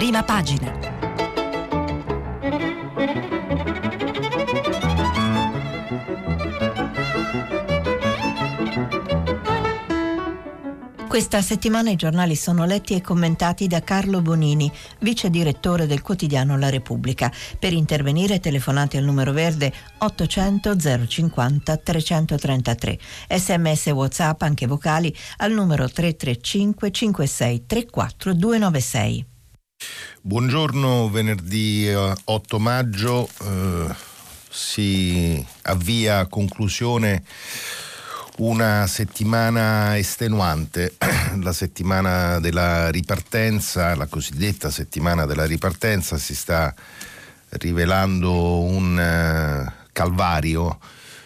Prima pagina. Questa settimana i giornali sono letti e commentati da Carlo Bonini, vice direttore del quotidiano La Repubblica. Per intervenire telefonate al numero verde 800 050 333. SMS e WhatsApp, anche vocali, al numero 335 56 34 296. Buongiorno, venerdì 8 maggio si avvia a conclusione una settimana estenuante, la settimana della ripartenza, la cosiddetta settimana della ripartenza, si sta rivelando un calvario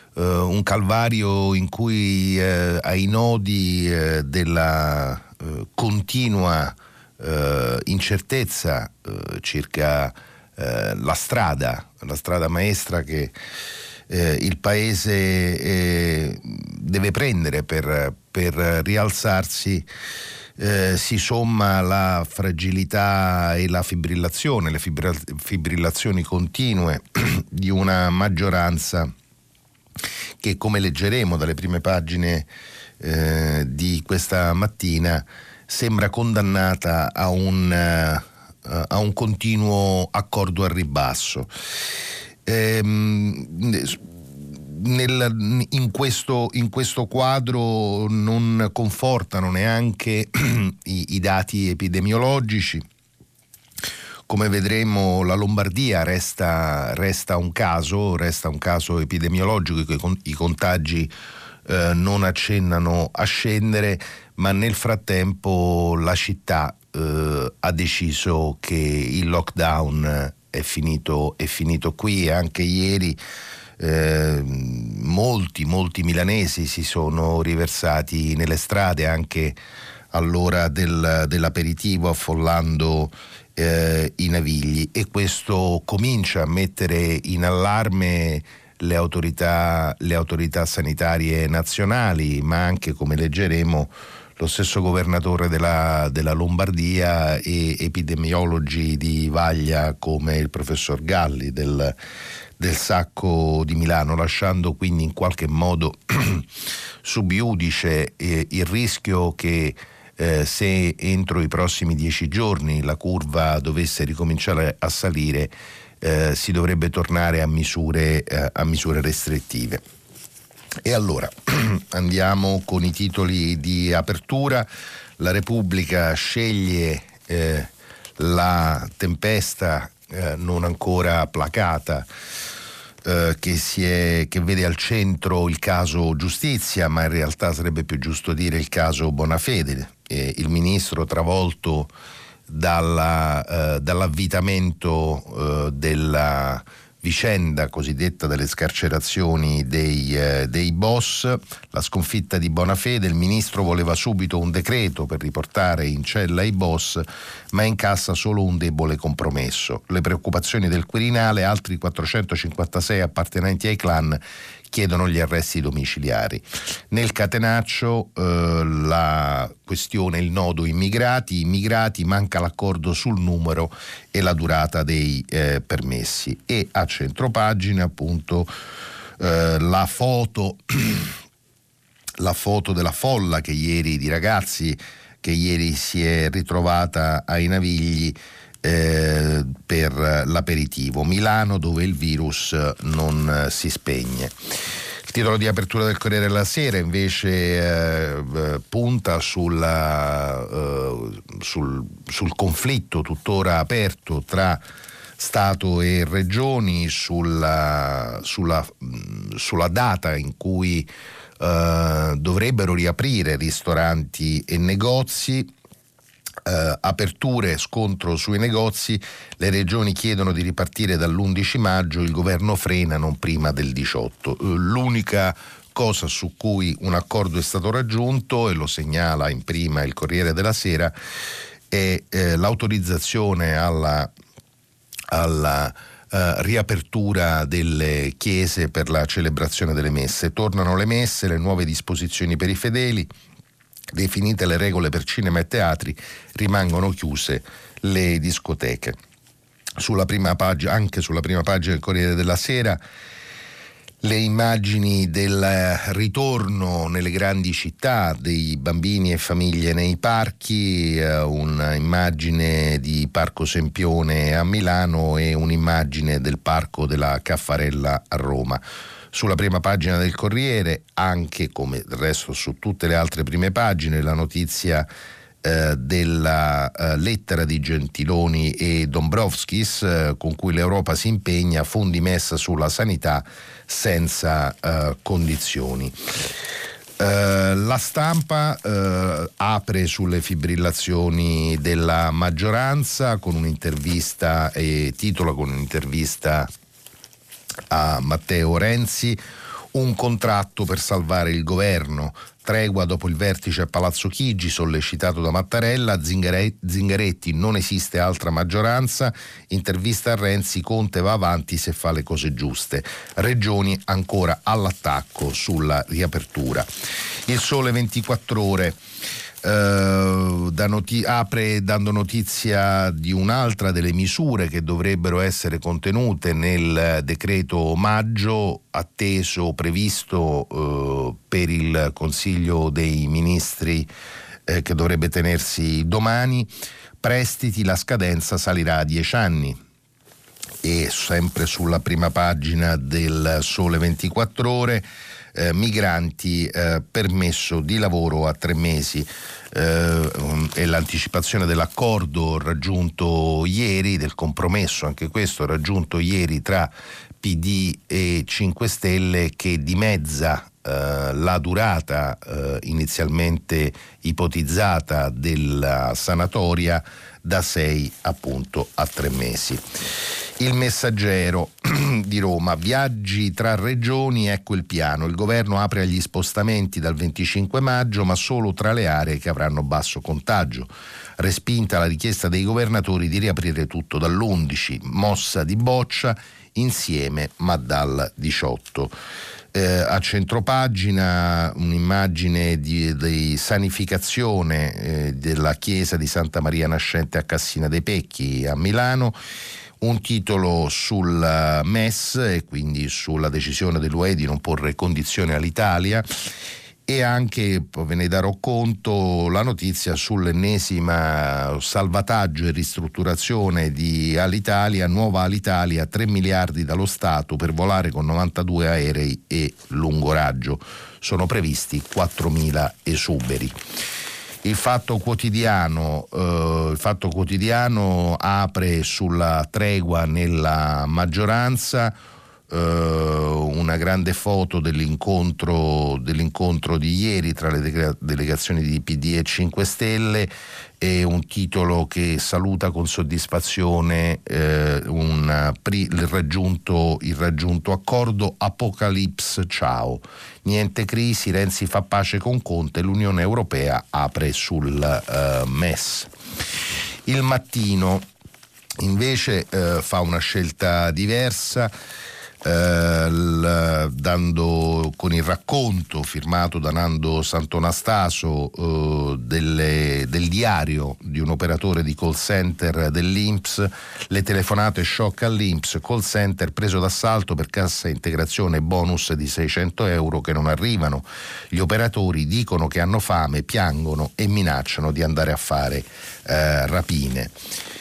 in cui ai nodi della continua incertezza circa la strada maestra che il Paese deve prendere per rialzarsi, si somma la fragilità e la fibrillazione, le fibrillazioni continue di una maggioranza che, come leggeremo dalle prime pagine di questa mattina, sembra condannata a un continuo accordo al ribasso. In questo quadro non confortano neanche i dati epidemiologici. Come vedremo, la Lombardia resta un caso epidemiologico. I contagi non accennano a scendere, ma nel frattempo la città ha deciso che il lockdown è finito qui. Anche ieri molti milanesi si sono riversati nelle strade anche all'ora dell'aperitivo, affollando i Navigli, e questo comincia a mettere in allarme le autorità sanitarie nazionali, ma anche, come leggeremo, lo stesso governatore della Lombardia e epidemiologi di vaglia come il professor Galli del Sacco di Milano, lasciando quindi in qualche modo sub iudice il rischio che se entro i prossimi 10 giorni la curva dovesse ricominciare a salire, si dovrebbe tornare a misure restrittive. E allora andiamo con i titoli di apertura. La Repubblica sceglie la tempesta non ancora placata che vede al centro il caso giustizia, ma in realtà sarebbe più giusto dire il caso Bonafede. Il ministro travolto dall'avvitamento della vicenda cosiddetta delle scarcerazioni dei boss, la sconfitta di Bonafede. Il ministro voleva subito un decreto per riportare in cella i boss, ma incassa solo un debole compromesso. Le preoccupazioni del Quirinale: altri 456 appartenenti ai clan chiedono gli arresti domiciliari. Nel catenaccio la questione, il nodo immigrati, manca l'accordo sul numero e la durata dei permessi. E a centropagina appunto la foto della folla di ragazzi che ieri si è ritrovata ai Navigli per l'aperitivo. Milano, dove il virus non si spegne. Il titolo di apertura del Corriere della Sera invece punta sul conflitto tuttora aperto tra Stato e Regioni, sulla data in cui dovrebbero riaprire ristoranti e negozi. Aperture, scontro sui negozi, le regioni chiedono di ripartire dall'11 maggio, il governo frena non prima del 18. L'unica cosa su cui un accordo è stato raggiunto, e lo segnala in prima il Corriere della Sera, è l'autorizzazione alla riapertura delle chiese per la celebrazione delle messe. Tornano le messe, le nuove disposizioni per i fedeli. Definite le regole per cinema e teatri, rimangono chiuse le discoteche. Sulla prima pagina, anche sulla prima pagina del Corriere della Sera, le immagini del ritorno nelle grandi città dei bambini e famiglie nei parchi, un'immagine di Parco Sempione a Milano e un'immagine del Parco della Caffarella a Roma. Sulla prima pagina del Corriere, anche come del resto su tutte le altre prime pagine, la notizia della lettera di Gentiloni e Dombrovskis, con cui l'Europa si impegna, fondi MES sulla sanità senza condizioni. La Stampa apre sulle fibrillazioni della maggioranza con un'intervista e titola con un'intervista a Matteo Renzi: un contratto per salvare il governo, tregua dopo il vertice a Palazzo Chigi sollecitato da Mattarella, Zingaretti non esiste altra maggioranza, intervista a Renzi, Conte va avanti se fa le cose giuste, Regioni ancora all'attacco sulla riapertura. Il Sole 24 Ore apre dando notizia di un'altra delle misure che dovrebbero essere contenute nel decreto omaggio previsto per il Consiglio dei Ministri che dovrebbe tenersi domani. Prestiti, la scadenza salirà a 10 anni. E sempre sulla prima pagina del Sole 24 Ore, migranti, permesso di lavoro a 3 mesi, e l'anticipazione dell'accordo raggiunto ieri, del compromesso anche questo raggiunto ieri tra PD e 5 Stelle, che dimezza la durata inizialmente ipotizzata della sanatoria da 6 appunto a 3 mesi. Il Messaggero di Roma, viaggi tra regioni, ecco il piano, il governo apre agli spostamenti dal 25 maggio ma solo tra le aree che avranno basso contagio, respinta la richiesta dei governatori di riaprire tutto dall'11, mossa di Boccia, insieme ma dal 18. A centropagina un'immagine di sanificazione della chiesa di Santa Maria Nascente a Cassina dei Pecchi a Milano, un titolo sul MES e quindi sulla decisione dell'UE di non porre condizioni all'Italia, e anche, ve ne darò conto, la notizia sull'ennesima salvataggio e ristrutturazione di Alitalia, nuova Alitalia, 3 miliardi dallo Stato per volare con 92 aerei e lungo raggio, sono previsti 4.000 esuberi. Il Fatto Quotidiano apre sulla tregua nella maggioranza, una grande foto dell'incontro di ieri tra le delegazioni di PD e 5 Stelle e un titolo che saluta con soddisfazione il raggiunto accordo, Apocalipse ciao, niente crisi, Renzi fa pace con Conte, l'Unione Europea apre sul MES. Il Mattino invece fa una scelta diversa, dando con il racconto firmato da Nando Santonastaso del diario di un operatore di call center dell'INPS, le telefonate shock all'INPS, call center preso d'assalto per cassa integrazione e bonus di 600 euro che non arrivano, gli operatori dicono che hanno fame, piangono e minacciano di andare a fare rapine.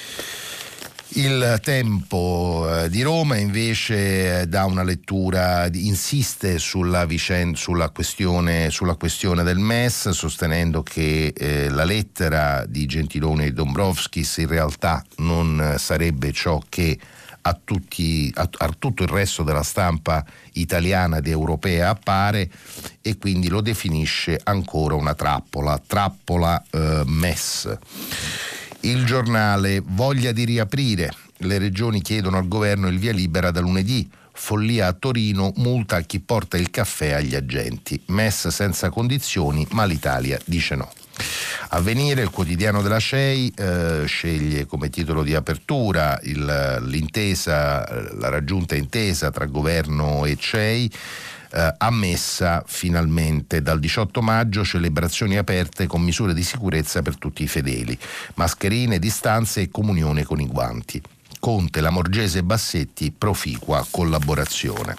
Il Tempo di Roma invece dà una lettura, insiste sulla questione del MES, sostenendo che la lettera di Gentiloni e Dombrovskis in realtà non sarebbe ciò che a tutto il resto della stampa italiana ed europea appare, e quindi lo definisce ancora una trappola MES. Il Giornale, voglia di riaprire, le regioni chiedono al governo il via libera da lunedì, follia a Torino, multa a chi porta il caffè agli agenti, MES senza condizioni ma l'Italia dice no. Avvenire, il quotidiano della CEI, sceglie come titolo di apertura la raggiunta intesa tra governo e CEI, ammessa finalmente dal 18 maggio, celebrazioni aperte con misure di sicurezza per tutti i fedeli, mascherine, distanze e comunione con i guanti. Conte, Lamorgese e Bassetti, proficua collaborazione.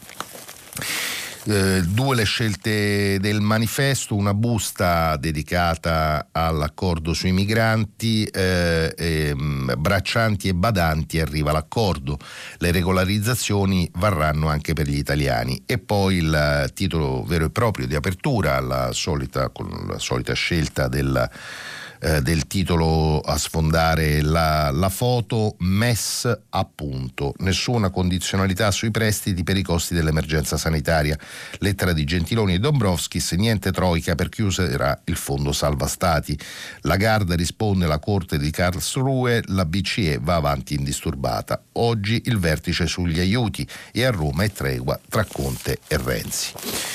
Due le scelte del manifesto: una busta dedicata all'accordo sui migranti, braccianti e badanti, arriva l'accordo, le regolarizzazioni varranno anche per gli italiani, e poi il titolo vero e proprio di apertura, con la solita scelta del titolo a sfondare la foto: MES appunto, nessuna condizionalità sui prestiti per i costi dell'emergenza sanitaria. Lettera di Gentiloni e Dombrovskis: niente troica per chi userà il fondo salva stati. Lagarde risponde alla corte di Karlsruhe, la BCE va avanti indisturbata. Oggi il vertice sugli aiuti, e a Roma è tregua tra Conte e Renzi.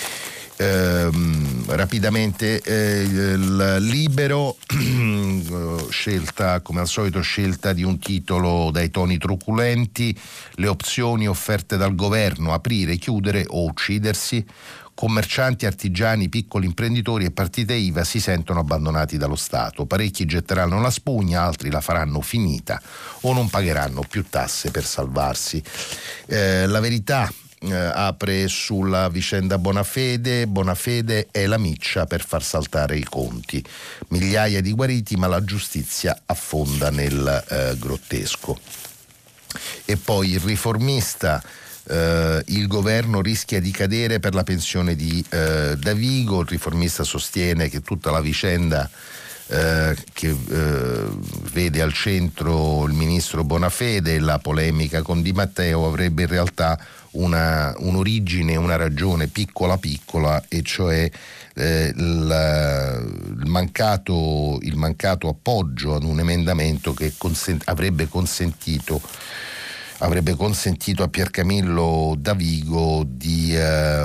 Rapidamente il Libero, scelta come al solito, scelta di un titolo dai toni truculenti: le opzioni offerte dal governo, aprire, chiudere o uccidersi. Commercianti, artigiani, piccoli imprenditori e partite IVA si sentono abbandonati dallo Stato. Parecchi getteranno la spugna, altri la faranno finita o non pagheranno più tasse per salvarsi. La Verità apre sulla vicenda Bonafede. Bonafede è la miccia per far saltare i conti. Migliaia di guariti, ma la giustizia affonda nel grottesco. E poi il Riformista: il governo rischia di cadere per la pensione di Davigo. Il Riformista sostiene che tutta la vicenda che vede al centro il ministro Bonafede, la polemica con Di Matteo, avrebbe in realtà un'origine, una ragione piccola, e cioè il mancato appoggio ad un emendamento che avrebbe consentito a Piercamillo Davigo di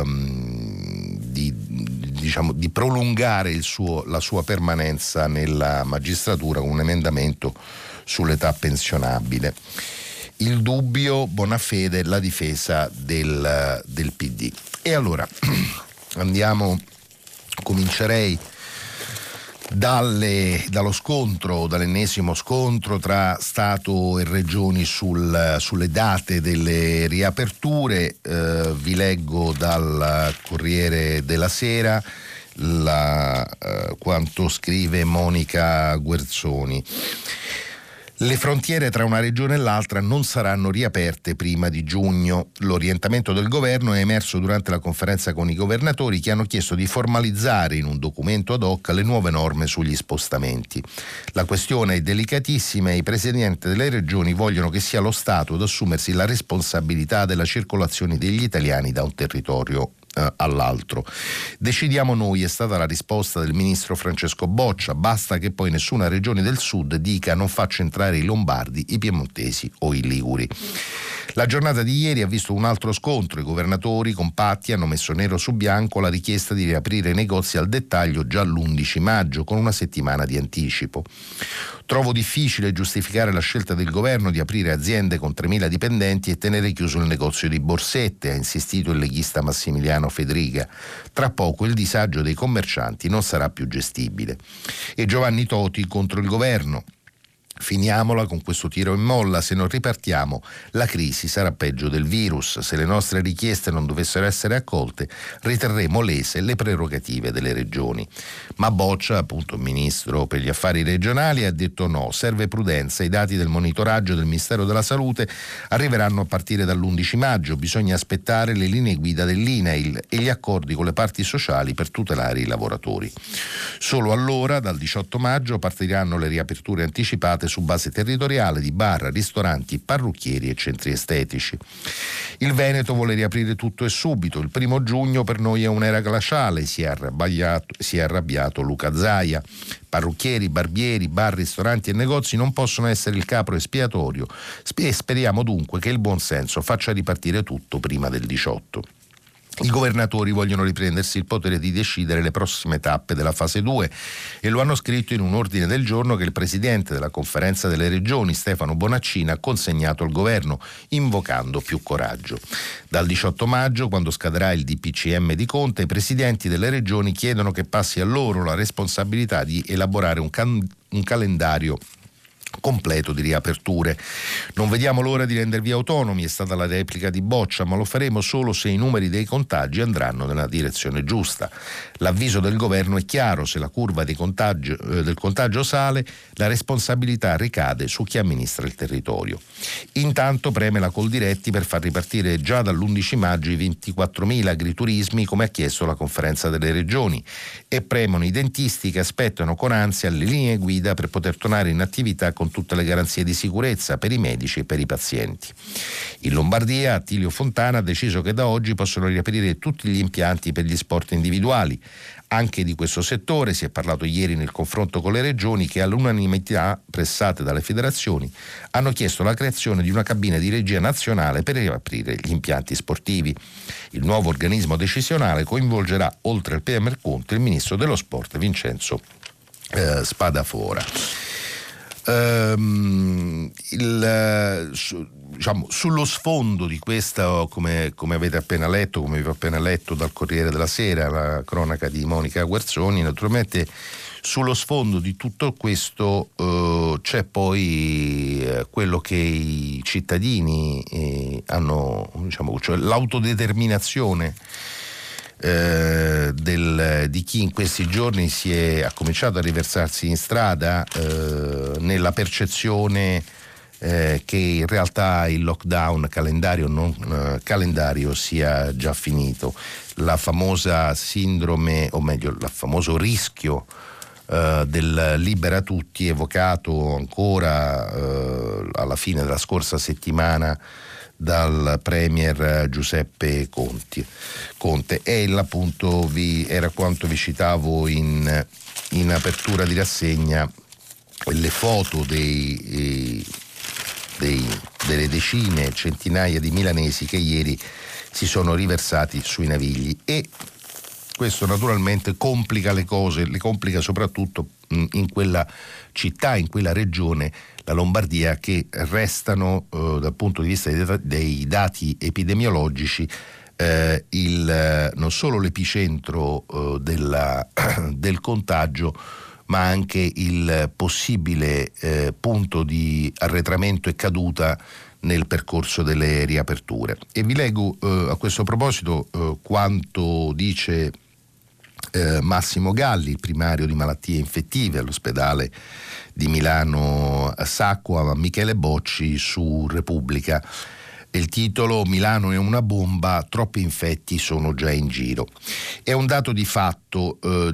prolungare la sua permanenza nella magistratura con un emendamento sull'età pensionabile. Il Dubbio, Bonafede, la difesa del PD. E allora comincerei dall'ennesimo scontro tra Stato e Regioni sulle date delle riaperture. Vi leggo dal Corriere della Sera quanto scrive Monica Guerzoni. Le frontiere tra una regione e l'altra non saranno riaperte prima di giugno. L'orientamento del governo è emerso durante la conferenza con i governatori, che hanno chiesto di formalizzare in un documento ad hoc le nuove norme sugli spostamenti. La questione è delicatissima e i presidenti delle regioni vogliono che sia lo Stato ad assumersi la responsabilità della circolazione degli italiani da un territorio all'altro. Decidiamo noi, è stata la risposta del ministro Francesco Boccia. Basta che poi nessuna regione del sud dica non faccio entrare i lombardi, i piemontesi o i liguri. La giornata di ieri ha visto un altro scontro. I governatori compatti hanno messo nero su bianco la richiesta di riaprire i negozi al dettaglio già l'11 maggio con una settimana di anticipo. Trovo difficile giustificare la scelta del governo di aprire aziende con 3.000 dipendenti e tenere chiuso il negozio di borsette, ha insistito il leghista Massimiliano Fedriga. Tra poco il disagio dei commercianti non sarà più gestibile. E Giovanni Toti contro il governo. Finiamola con questo tiro e molla, se non ripartiamo la crisi sarà peggio del virus. Se le nostre richieste non dovessero essere accolte, riterremo lese le prerogative delle regioni. Ma Boccia, appunto il ministro per gli affari regionali, ha detto no, serve prudenza, i dati del monitoraggio del Ministero della Salute arriveranno a partire dall'11 maggio, bisogna aspettare le linee guida dell'INAIL e gli accordi con le parti sociali per tutelare i lavoratori. Solo allora, dal 18 maggio, partiranno le riaperture anticipate su base territoriale di bar, ristoranti, parrucchieri e centri estetici. Il Veneto vuole riaprire tutto e subito. Il 1 giugno per noi è un'era glaciale, si è arrabbiato Luca Zaia. Parrucchieri, barbieri, bar, ristoranti e negozi non possono essere il capro espiatorio e speriamo dunque che il buon senso faccia ripartire tutto prima del 18. I governatori vogliono riprendersi il potere di decidere le prossime tappe della fase 2 e lo hanno scritto in un ordine del giorno che il presidente della Conferenza delle Regioni, Stefano Bonaccini, ha consegnato al governo, invocando più coraggio. Dal 18 maggio, quando scadrà il DPCM di Conte, i presidenti delle regioni chiedono che passi a loro la responsabilità di elaborare un calendario completo di riaperture. Non vediamo l'ora di rendervi autonomi, è stata la replica di Boccia, ma lo faremo solo se i numeri dei contagi andranno nella direzione giusta. L'avviso del governo è chiaro: se la curva del contagio sale, la responsabilità ricade su chi amministra il territorio. Intanto preme la Coldiretti per far ripartire già dall'11 maggio i 24.000 agriturismi, come ha chiesto la Conferenza delle Regioni, e premono i dentisti che aspettano con ansia le linee guida per poter tornare in attività con tutte le garanzie di sicurezza per i medici e per i pazienti. In Lombardia, Attilio Fontana ha deciso che da oggi possono riaprire tutti gli impianti per gli sport individuali. Anche di questo settore si è parlato ieri nel confronto con le regioni, che all'unanimità, pressate dalle federazioni, hanno chiesto la creazione di una cabina di regia nazionale per riaprire gli impianti sportivi. Il nuovo organismo decisionale coinvolgerà, oltre al PM Conte, il ministro dello sport Vincenzo Spadafora. Sullo sfondo di questa, come avete appena letto, come vi ho appena letto dal Corriere della Sera, la cronaca di Monica Guerzoni, naturalmente sullo sfondo di tutto questo c'è poi quello che i cittadini hanno, cioè l'autodeterminazione di chi in questi giorni ha cominciato a riversarsi in strada nella percezione che in realtà il lockdown calendario sia già finito. La famosa sindrome, o meglio, il famoso rischio del libera tutti, evocato ancora alla fine della scorsa settimana dal premier Giuseppe Conte. Appunto era quanto vi citavo in apertura di rassegna, le foto delle decine, centinaia di milanesi che ieri si sono riversati sui Navigli, e questo naturalmente complica le cose, le complica soprattutto in quella città, in quella regione, la Lombardia, che restano dal punto di vista dei dati epidemiologici non solo l'epicentro del contagio, ma anche il possibile punto di arretramento e caduta nel percorso delle riaperture. E vi leggo a questo proposito quanto dice Massimo Galli, primario di malattie infettive all'ospedale di Milano Sacco, a Michele Bocci su Repubblica. Il titolo: Milano è una bomba, troppi infetti sono già in giro. È un dato di fatto,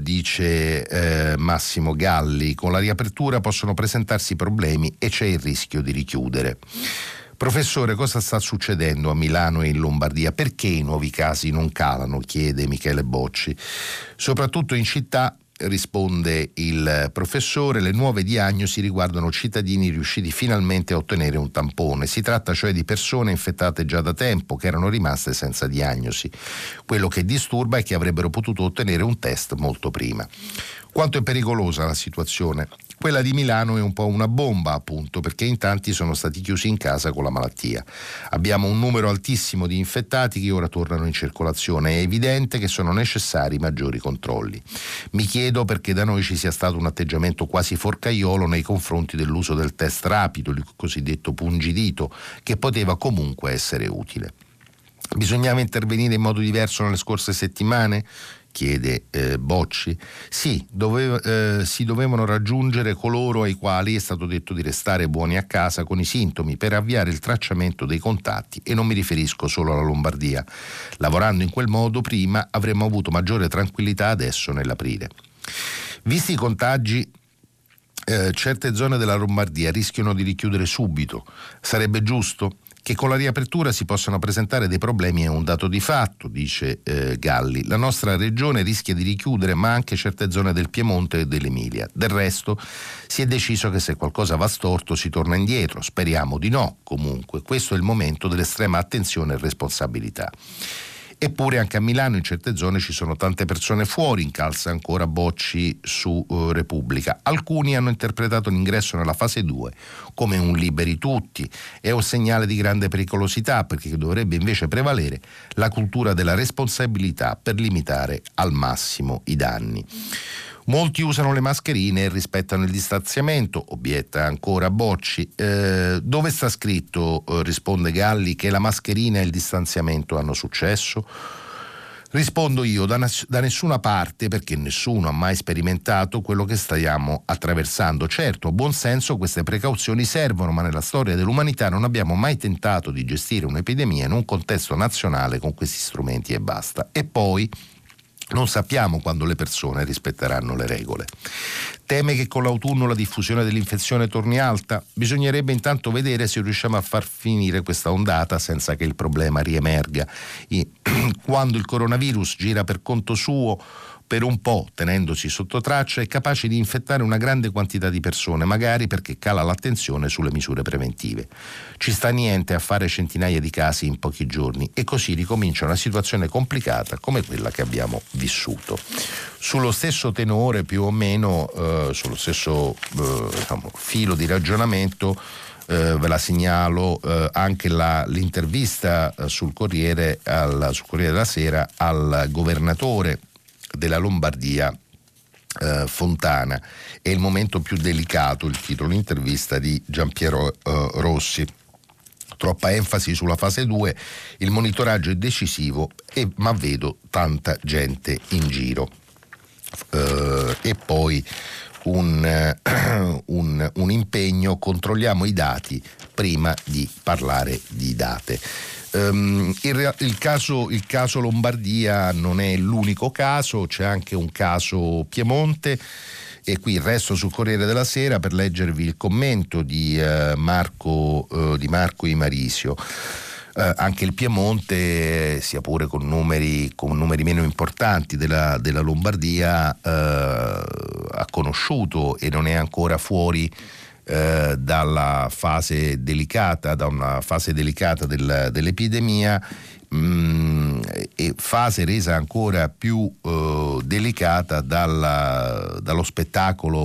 dice Massimo Galli, con la riapertura possono presentarsi problemi e c'è il rischio di richiudere. Professore, cosa sta succedendo a Milano e in Lombardia? Perché i nuovi casi non calano? Chiede Michele Bocci. Soprattutto in città, risponde il professore, le nuove diagnosi riguardano cittadini riusciti finalmente a ottenere un tampone. Si tratta cioè di persone infettate già da tempo, che erano rimaste senza diagnosi. Quello che disturba è che avrebbero potuto ottenere un test molto prima. Quanto è pericolosa la situazione? Quella di Milano è un po' una bomba, appunto, perché in tanti sono stati chiusi in casa con la malattia. Abbiamo un numero altissimo di infettati che ora tornano in circolazione. È evidente che sono necessari maggiori controlli. Mi chiedo perché da noi ci sia stato un atteggiamento quasi forcaiolo nei confronti dell'uso del test rapido, il cosiddetto pungidito, che poteva comunque essere utile. Bisognava intervenire in modo diverso nelle scorse settimane? Chiede Bocci. Sì, si dovevano raggiungere coloro ai quali è stato detto di restare buoni a casa con i sintomi per avviare il tracciamento dei contatti, e non mi riferisco solo alla Lombardia. Lavorando in quel modo prima avremmo avuto maggiore tranquillità adesso nell'aprile. Visti i contagi, certe zone della Lombardia rischiano di richiudere subito. Sarebbe giusto? Che con la riapertura si possano presentare dei problemi è un dato di fatto, dice Galli. La nostra regione rischia di richiudere, ma anche certe zone del Piemonte e dell'Emilia. Del resto si è deciso che se qualcosa va storto si torna indietro. Speriamo di no, comunque. Questo è il momento dell'estrema attenzione e responsabilità. Eppure anche a Milano in certe zone ci sono tante persone fuori, incalza ancora Bocci su Repubblica. Alcuni hanno interpretato l'ingresso nella fase 2 come un liberi tutti, è un segnale di grande pericolosità perché dovrebbe invece prevalere la cultura della responsabilità per limitare al massimo i danni. Molti usano le mascherine e rispettano il distanziamento, obietta ancora Bocci. Dove sta scritto, risponde Galli, che la mascherina e il distanziamento hanno successo? Rispondo io, da nessuna parte, perché nessuno ha mai sperimentato quello che stiamo attraversando. Certo, a buon senso queste precauzioni servono, ma nella storia dell'umanità non abbiamo mai tentato di gestire un'epidemia in un contesto nazionale con questi strumenti e basta. E poi non sappiamo quando le persone rispetteranno le regole. Teme che con l'autunno la diffusione dell'infezione torni alta? Bisognerebbe intanto vedere se riusciamo a far finire questa ondata senza che il problema riemerga. Quando il coronavirus gira per conto suo, per un po', tenendosi sotto traccia, è capace di infettare una grande quantità di persone, magari perché cala l'attenzione sulle misure preventive. Ci sta niente a fare centinaia di casi in pochi giorni e così ricomincia una situazione complicata come quella che abbiamo vissuto. Sullo stesso tenore, più o meno, sullo stesso filo di ragionamento, ve la segnalo anche l'intervista sul Corriere della Sera al governatore della Lombardia, Fontana. È il momento più delicato, il titolo intervista di Giampiero Rossi. Troppa enfasi sulla fase 2, il monitoraggio è decisivo, ma vedo tanta gente in giro. E poi un impegno: controlliamo i dati prima di parlare di date. Il caso Lombardia non è l'unico caso, c'è anche un caso Piemonte, e qui resto sul Corriere della Sera per leggervi il commento di Marco Imarisio. Anche il Piemonte, sia pure con numeri meno importanti della Lombardia, ha conosciuto e non è ancora fuori dalla fase delicata, dell'epidemia, e fase resa ancora più delicata dallo spettacolo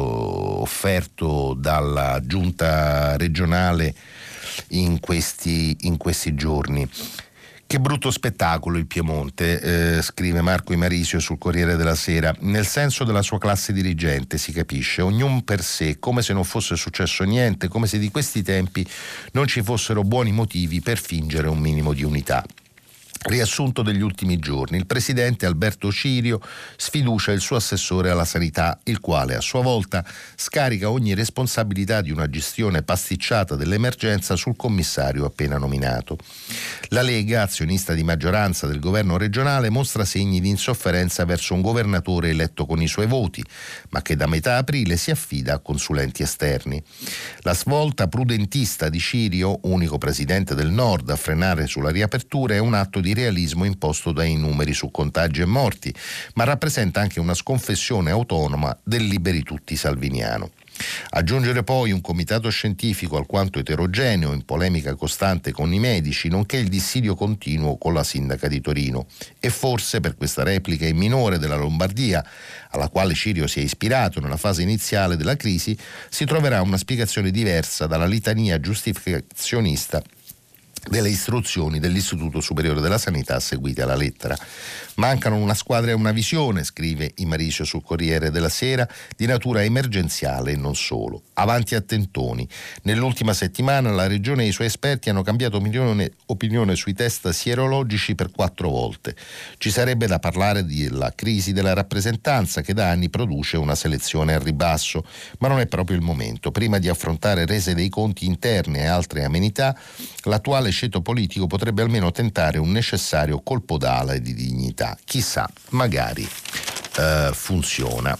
offerto dalla giunta regionale in questi giorni. Che brutto spettacolo il Piemonte, scrive Marco Imarisio sul Corriere della Sera, nel senso della sua classe dirigente, si capisce, ognuno per sé, come se non fosse successo niente, come se di questi tempi non ci fossero buoni motivi per fingere un minimo di unità. Riassunto degli ultimi giorni: il presidente Alberto Cirio sfiducia il suo assessore alla sanità, il quale a sua volta scarica ogni responsabilità di una gestione pasticciata dell'emergenza sul commissario appena nominato. La Lega, azionista di maggioranza del governo regionale, mostra segni di insofferenza verso un governatore eletto con i suoi voti, ma che da metà aprile si affida a consulenti esterni. La svolta prudentista di Cirio, unico presidente del Nord a frenare sulla riapertura, è un atto di realismo imposto dai numeri su contagi e morti, ma rappresenta anche una sconfessione autonoma del liberi tutti salviniano. Aggiungere poi un comitato scientifico alquanto eterogeneo, in polemica costante con i medici, nonché il dissidio continuo con la sindaca di Torino. E forse per questa replica in minore della Lombardia, alla quale Cirio si è ispirato nella fase iniziale della crisi, si troverà una spiegazione diversa dalla litania giustificazionista delle istruzioni dell'Istituto Superiore della Sanità seguite alla lettera. Mancano una squadra e una visione, scrive Imarisio sul Corriere della Sera, di natura emergenziale e non solo. Avanti a tentoni. Nell'ultima settimana la Regione e i suoi esperti hanno cambiato opinione sui test sierologici per 4 volte. Ci sarebbe da parlare della crisi della rappresentanza che da anni produce una selezione al ribasso, ma non è proprio il momento. Prima di affrontare rese dei conti interne e altre amenità, l'attuale sceto politico potrebbe almeno tentare un necessario colpo d'ala e di dignità. Chissà, magari funziona.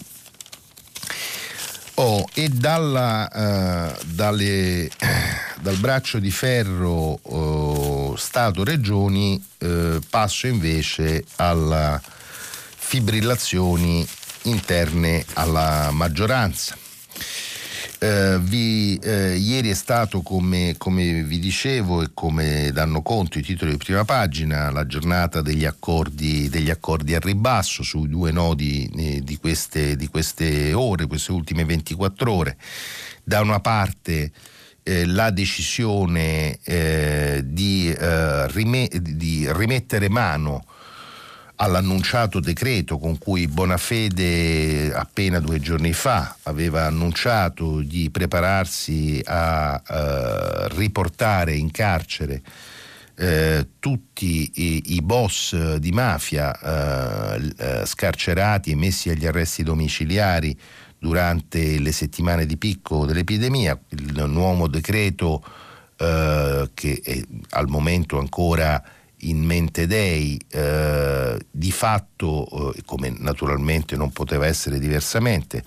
E dal braccio di ferro Stato-Regioni passo invece alle fibrillazioni interne alla maggioranza. Ieri è stato, come vi dicevo e come danno conto i titoli di prima pagina, la giornata degli accordi al ribasso sui due nodi di queste ore, queste ultime 24 ore. Da una parte la decisione di rimettere mano all'annunciato decreto con cui Bonafede appena 2 giorni fa aveva annunciato di prepararsi a riportare in carcere tutti i boss di mafia scarcerati e messi agli arresti domiciliari durante le settimane di picco dell'epidemia. Il nuovo decreto che è al momento ancora in mente dei, di fatto, come naturalmente non poteva essere diversamente,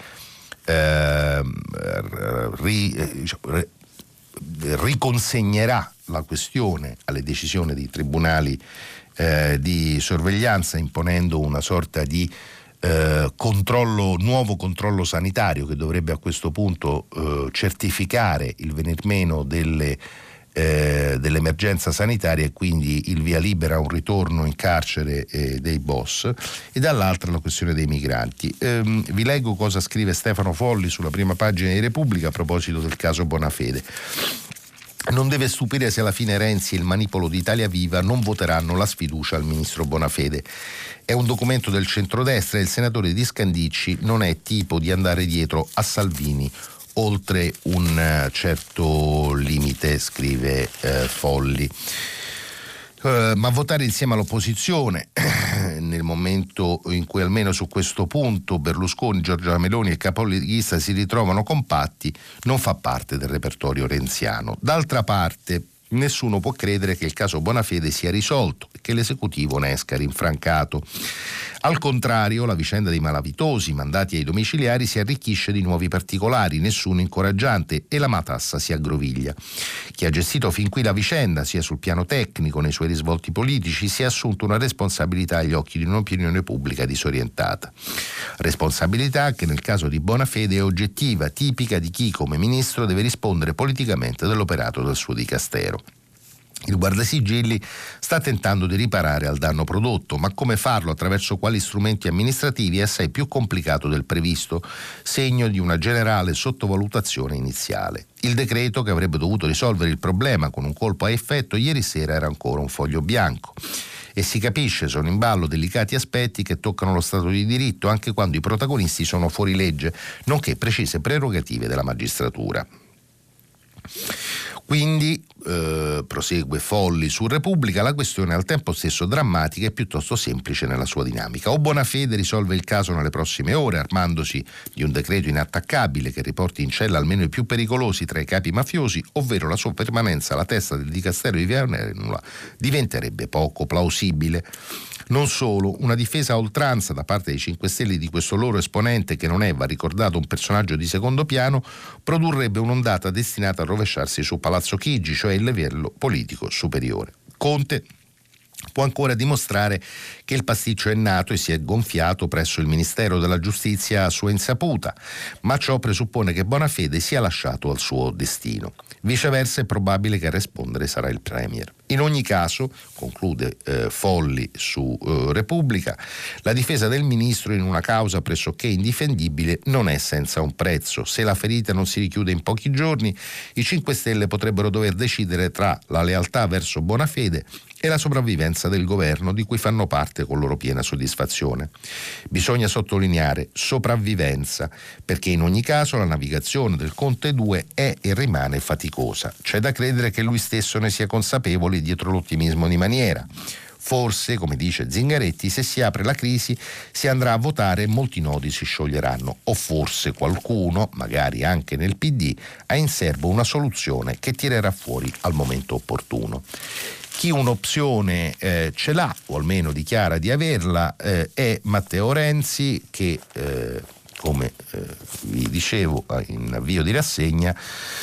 riconsegnerà la questione alle decisioni dei tribunali di sorveglianza, imponendo una sorta di nuovo controllo sanitario che dovrebbe a questo punto certificare il venir meno dell'emergenza sanitaria e quindi il via libera a un ritorno in carcere dei boss, e dall'altra la questione dei migranti. Vi leggo cosa scrive Stefano Folli sulla prima pagina di Repubblica a proposito del caso Bonafede. Non deve stupire se alla fine Renzi e il manipolo di Italia Viva non voteranno la sfiducia al ministro Bonafede. È un documento del centrodestra e il senatore Di Scandicci non è tipo di andare dietro a Salvini oltre un certo limite, scrive Folli. Ma votare insieme all'opposizione nel momento in cui almeno su questo punto Berlusconi, Giorgia Meloni e il capolista si ritrovano compatti non fa parte del repertorio renziano. D'altra parte nessuno può credere che il caso Bonafede sia risolto e che l'esecutivo ne esca rinfrancato. Al contrario, la vicenda dei malavitosi mandati ai domiciliari si arricchisce di nuovi particolari, nessuno incoraggiante, e la matassa si aggroviglia. Chi ha gestito fin qui la vicenda, sia sul piano tecnico, nei suoi risvolti politici, si è assunto una responsabilità agli occhi di un'opinione pubblica disorientata. Responsabilità che nel caso di Bonafede è oggettiva, tipica di chi come ministro deve rispondere politicamente dell'operato del suo dicastero. Il Guardasigilli sta tentando di riparare al danno prodotto, ma come farlo, attraverso quali strumenti amministrativi, è assai più complicato del previsto, segno di una generale sottovalutazione iniziale. Il decreto, che avrebbe dovuto risolvere il problema con un colpo a effetto, ieri sera era ancora un foglio bianco. E si capisce, sono in ballo delicati aspetti che toccano lo Stato di diritto, anche quando i protagonisti sono fuori legge, nonché precise prerogative della magistratura. Quindi, prosegue Folli su Repubblica, la questione è al tempo stesso drammatica e piuttosto semplice nella sua dinamica. O Bonafede risolve il caso nelle prossime ore, armandosi di un decreto inattaccabile che riporti in cella almeno i più pericolosi tra i capi mafiosi, ovvero la sua permanenza alla testa del dicastero di Villanueva diventerebbe poco plausibile. Non solo, una difesa a oltranza da parte dei 5 Stelle di questo loro esponente, che non è, va ricordato, un personaggio di secondo piano, produrrebbe un'ondata destinata a rovesciarsi su Palazzo Chigi, cioè il livello politico superiore. Conte può ancora dimostrare che il pasticcio è nato e si è gonfiato presso il Ministero della Giustizia a sua insaputa, ma ciò presuppone che Bonafede sia lasciato al suo destino. Viceversa è probabile che a rispondere sarà il Premier. In ogni caso, conclude Folli su Repubblica, la difesa del ministro in una causa pressoché indifendibile non è senza un prezzo. Se la ferita non si richiude in pochi giorni, i 5 Stelle potrebbero dover decidere tra la lealtà verso Bonafede e la sopravvivenza del governo, di cui fanno parte con loro piena soddisfazione. Bisogna sottolineare sopravvivenza, perché in ogni caso la navigazione del Conte 2 è e rimane faticosa. C'è da credere che lui stesso ne sia consapevole dietro l'ottimismo di maniera. Forse, come dice Zingaretti, se si apre la crisi si andrà a votare e molti nodi si scioglieranno. O forse qualcuno, magari anche nel PD, ha in serbo una soluzione che tirerà fuori al momento opportuno. Chi un'opzione ce l'ha, o almeno dichiara di averla, è Matteo Renzi, che, come vi dicevo in avvio di rassegna,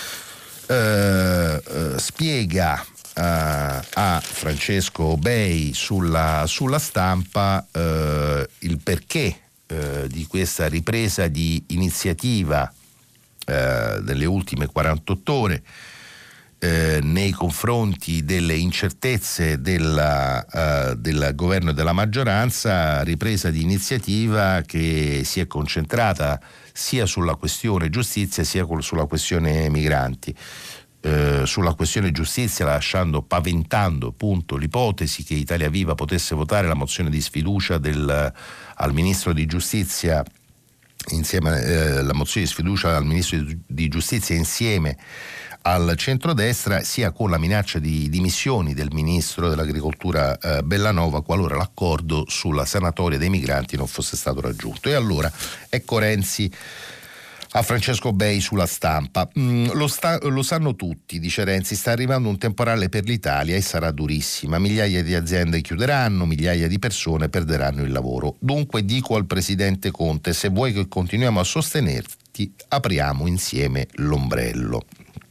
spiega a Francesco Bei sulla Stampa il perché di questa ripresa di iniziativa delle ultime 48 ore nei confronti delle incertezze del governo e della maggioranza, ripresa di iniziativa che si è concentrata sia sulla questione giustizia sia sulla questione migranti. Sulla questione giustizia paventando appunto l'ipotesi che Italia Viva potesse votare la mozione di sfiducia al ministro di giustizia insieme la mozione di sfiducia al ministro di giustizia insieme al centrodestra, sia con la minaccia di dimissioni del ministro dell'agricoltura Bellanova qualora l'accordo sulla sanatoria dei migranti non fosse stato raggiunto. E allora ecco Renzi a Francesco Bei sulla Stampa. Lo sanno tutti, dice Renzi, sta arrivando un temporale per l'Italia e sarà durissima. Migliaia di aziende chiuderanno, migliaia di persone perderanno il lavoro. Dunque dico al presidente Conte, se vuoi che continuiamo a sostenerti, apriamo insieme l'ombrello.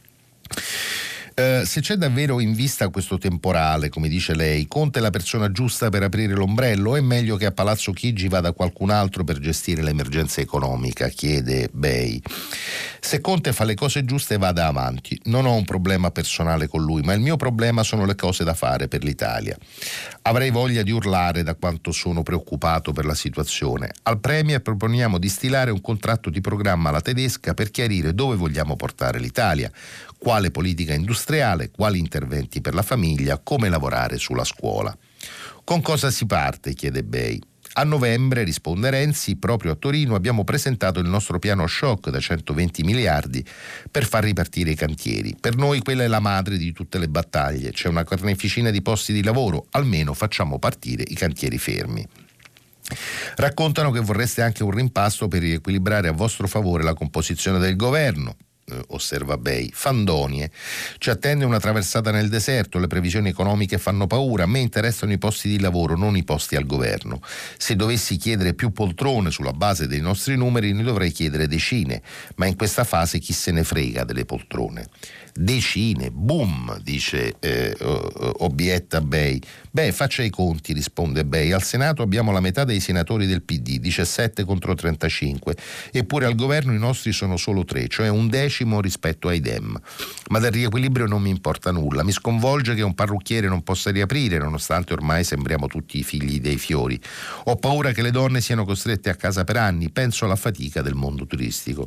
Se c'è davvero in vista questo temporale, come dice lei, Conte è la persona giusta per aprire l'ombrello o è meglio che a Palazzo Chigi vada qualcun altro per gestire l'emergenza economica? Chiede Bei. Se Conte fa le cose giuste vada avanti. Non ho un problema personale con lui, ma il mio problema sono le cose da fare per l'Italia. Avrei voglia di urlare da quanto sono preoccupato per la situazione. Al Premier proponiamo di stilare un contratto di programma alla tedesca per chiarire dove vogliamo portare l'Italia, quale politica industriale, quali interventi per la famiglia, come lavorare sulla scuola. Con cosa si parte? Chiede Bei. A novembre, risponde Renzi, proprio a Torino abbiamo presentato il nostro piano shock da 120 miliardi per far ripartire i cantieri. Per noi quella è la madre di tutte le battaglie, c'è una carneficina di posti di lavoro, almeno facciamo partire i cantieri fermi. Raccontano che vorreste anche un rimpasto per riequilibrare a vostro favore la composizione del governo. Osserva Bei. Fandonie. Ci attende una traversata nel deserto, le previsioni economiche fanno paura, a me interessano i posti di lavoro, non i posti al governo. Se dovessi chiedere più poltrone sulla base dei nostri numeri ne dovrei chiedere decine, ma in questa fase chi se ne frega delle poltrone. Decine, boom, dice obietta Bei. Beh, faccia i conti, risponde Bei. Al Senato abbiamo la metà dei senatori del PD, 17 contro 35, eppure al governo i nostri sono solo 3, cioè un decimo rispetto ai Dem. Ma del riequilibrio non mi importa nulla. Mi sconvolge che un parrucchiere non possa riaprire, nonostante ormai sembriamo tutti i figli dei fiori. Ho paura che le donne siano costrette a casa per anni, penso alla fatica del mondo turistico.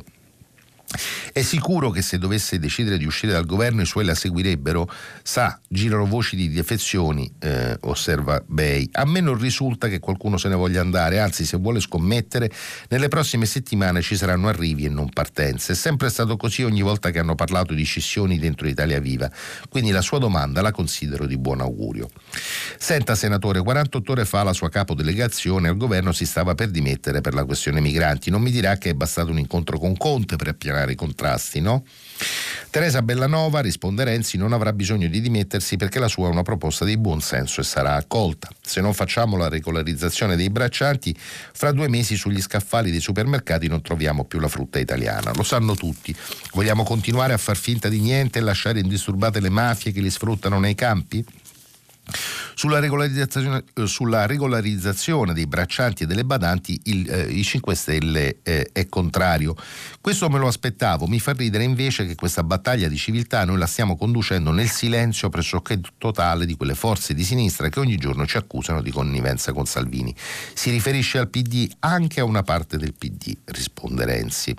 È sicuro che se dovesse decidere di uscire dal governo i suoi la seguirebbero? Sa, girano voci di defezioni, osserva Bei. A me non risulta che qualcuno se ne voglia andare, anzi se vuole scommettere nelle prossime settimane ci saranno arrivi e non partenze. È sempre stato così ogni volta che hanno parlato di scissioni dentro Italia Viva, quindi la sua domanda la considero di buon augurio. Senta senatore, 48 ore fa la sua capodelegazione al governo si stava per dimettere per la questione migranti, non mi dirà che è bastato un incontro con Conte per appianare i contrasti, no? Teresa Bellanova, risponde Renzi, non avrà bisogno di dimettersi perché la sua è una proposta di buon senso e sarà accolta. Se non facciamo la regolarizzazione dei braccianti, fra 2 mesi sugli scaffali dei supermercati non troviamo più la frutta italiana. Lo sanno tutti. Vogliamo continuare a far finta di niente e lasciare indisturbate le mafie che li sfruttano nei campi? Sulla regolarizzazione dei braccianti e delle badanti i 5 Stelle è contrario. Questo me lo aspettavo, mi fa ridere invece che questa battaglia di civiltà noi la stiamo conducendo nel silenzio pressoché totale di quelle forze di sinistra che ogni giorno ci accusano di connivenza con Salvini. Si riferisce al PD, anche a una parte del PD, risponde Renzi.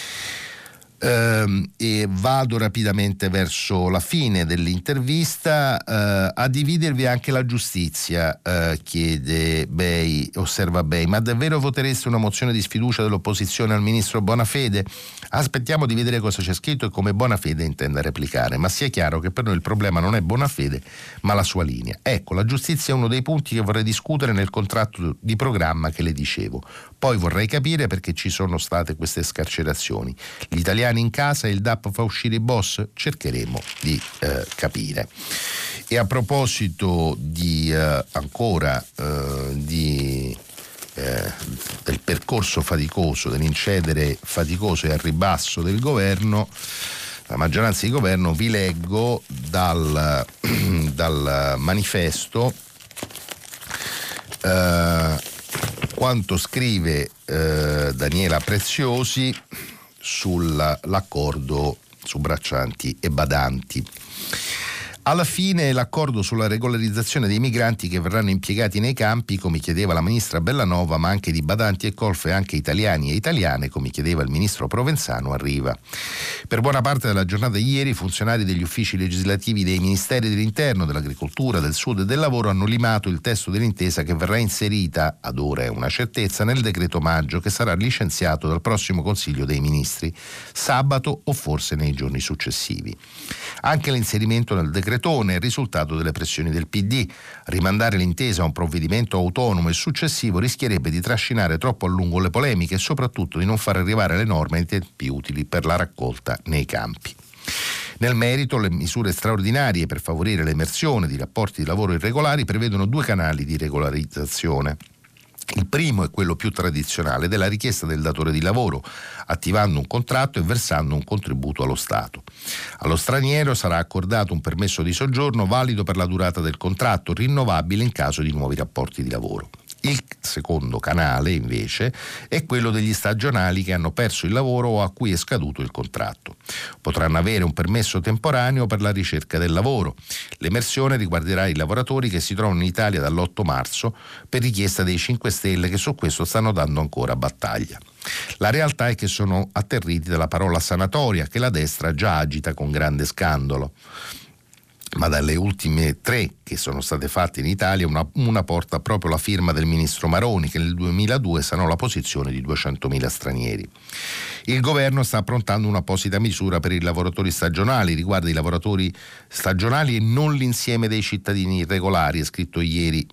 E vado rapidamente verso la fine dell'intervista. A dividervi anche la giustizia, chiede Bei, osserva Bei, ma davvero votereste una mozione di sfiducia dell'opposizione al ministro Bonafede? Aspettiamo di vedere cosa c'è scritto e come Bonafede intenda replicare, ma sia chiaro che per noi il problema non è Bonafede ma la sua linea. Ecco, la giustizia è uno dei punti che vorrei discutere nel contratto di programma che le dicevo. Poi vorrei capire perché ci sono state queste scarcerazioni. Gli italiani in casa e il DAP fa uscire i boss? Cercheremo di capire. E a proposito di del percorso faticoso, dell'incedere faticoso e al ribasso del governo, la maggioranza di governo, vi leggo dal manifesto quanto scrive Daniela Preziosi sull'accordo su braccianti e badanti. Alla fine l'accordo sulla regolarizzazione dei migranti che verranno impiegati nei campi, come chiedeva la ministra Bellanova, ma anche di badanti e colf e anche italiani e italiane, come chiedeva il ministro Provenzano, arriva. Per buona parte della giornata di ieri i funzionari degli uffici legislativi dei ministeri dell'interno, dell'agricoltura, del sud e del lavoro hanno limato il testo dell'intesa che verrà inserita, ad ora è una certezza, nel decreto maggio che sarà licenziato dal prossimo Consiglio dei Ministri, sabato o forse nei giorni successivi. Anche l'inserimento nel decreto è il risultato delle pressioni del PD. Rimandare l'intesa a un provvedimento autonomo e successivo rischierebbe di trascinare troppo a lungo le polemiche e soprattutto di non far arrivare le norme ai tempi utili per la raccolta nei campi. Nel merito, le misure straordinarie per favorire l'emersione di rapporti di lavoro irregolari prevedono 2 canali di regolarizzazione. Il primo è quello più tradizionale della richiesta del datore di lavoro, attivando un contratto e versando un contributo allo Stato. Allo straniero sarà accordato un permesso di soggiorno valido per la durata del contratto, rinnovabile in caso di nuovi rapporti di lavoro. Il secondo canale, invece, è quello degli stagionali che hanno perso il lavoro o a cui è scaduto il contratto. Potranno avere un permesso temporaneo per la ricerca del lavoro. L'emersione riguarderà i lavoratori che si trovano in Italia dall'8 marzo per richiesta dei 5 Stelle che su questo stanno dando ancora battaglia. La realtà è che sono atterriti dalla parola sanatoria che la destra già agita con grande scandalo. Ma dalle ultime 3 che sono state fatte in Italia, una porta proprio la firma del ministro Maroni, che nel 2002 sanò la posizione di 200.000 stranieri. Il governo sta approntando un'apposita misura per i lavoratori stagionali, riguarda i lavoratori stagionali e non l'insieme dei cittadini irregolari, è scritto ieri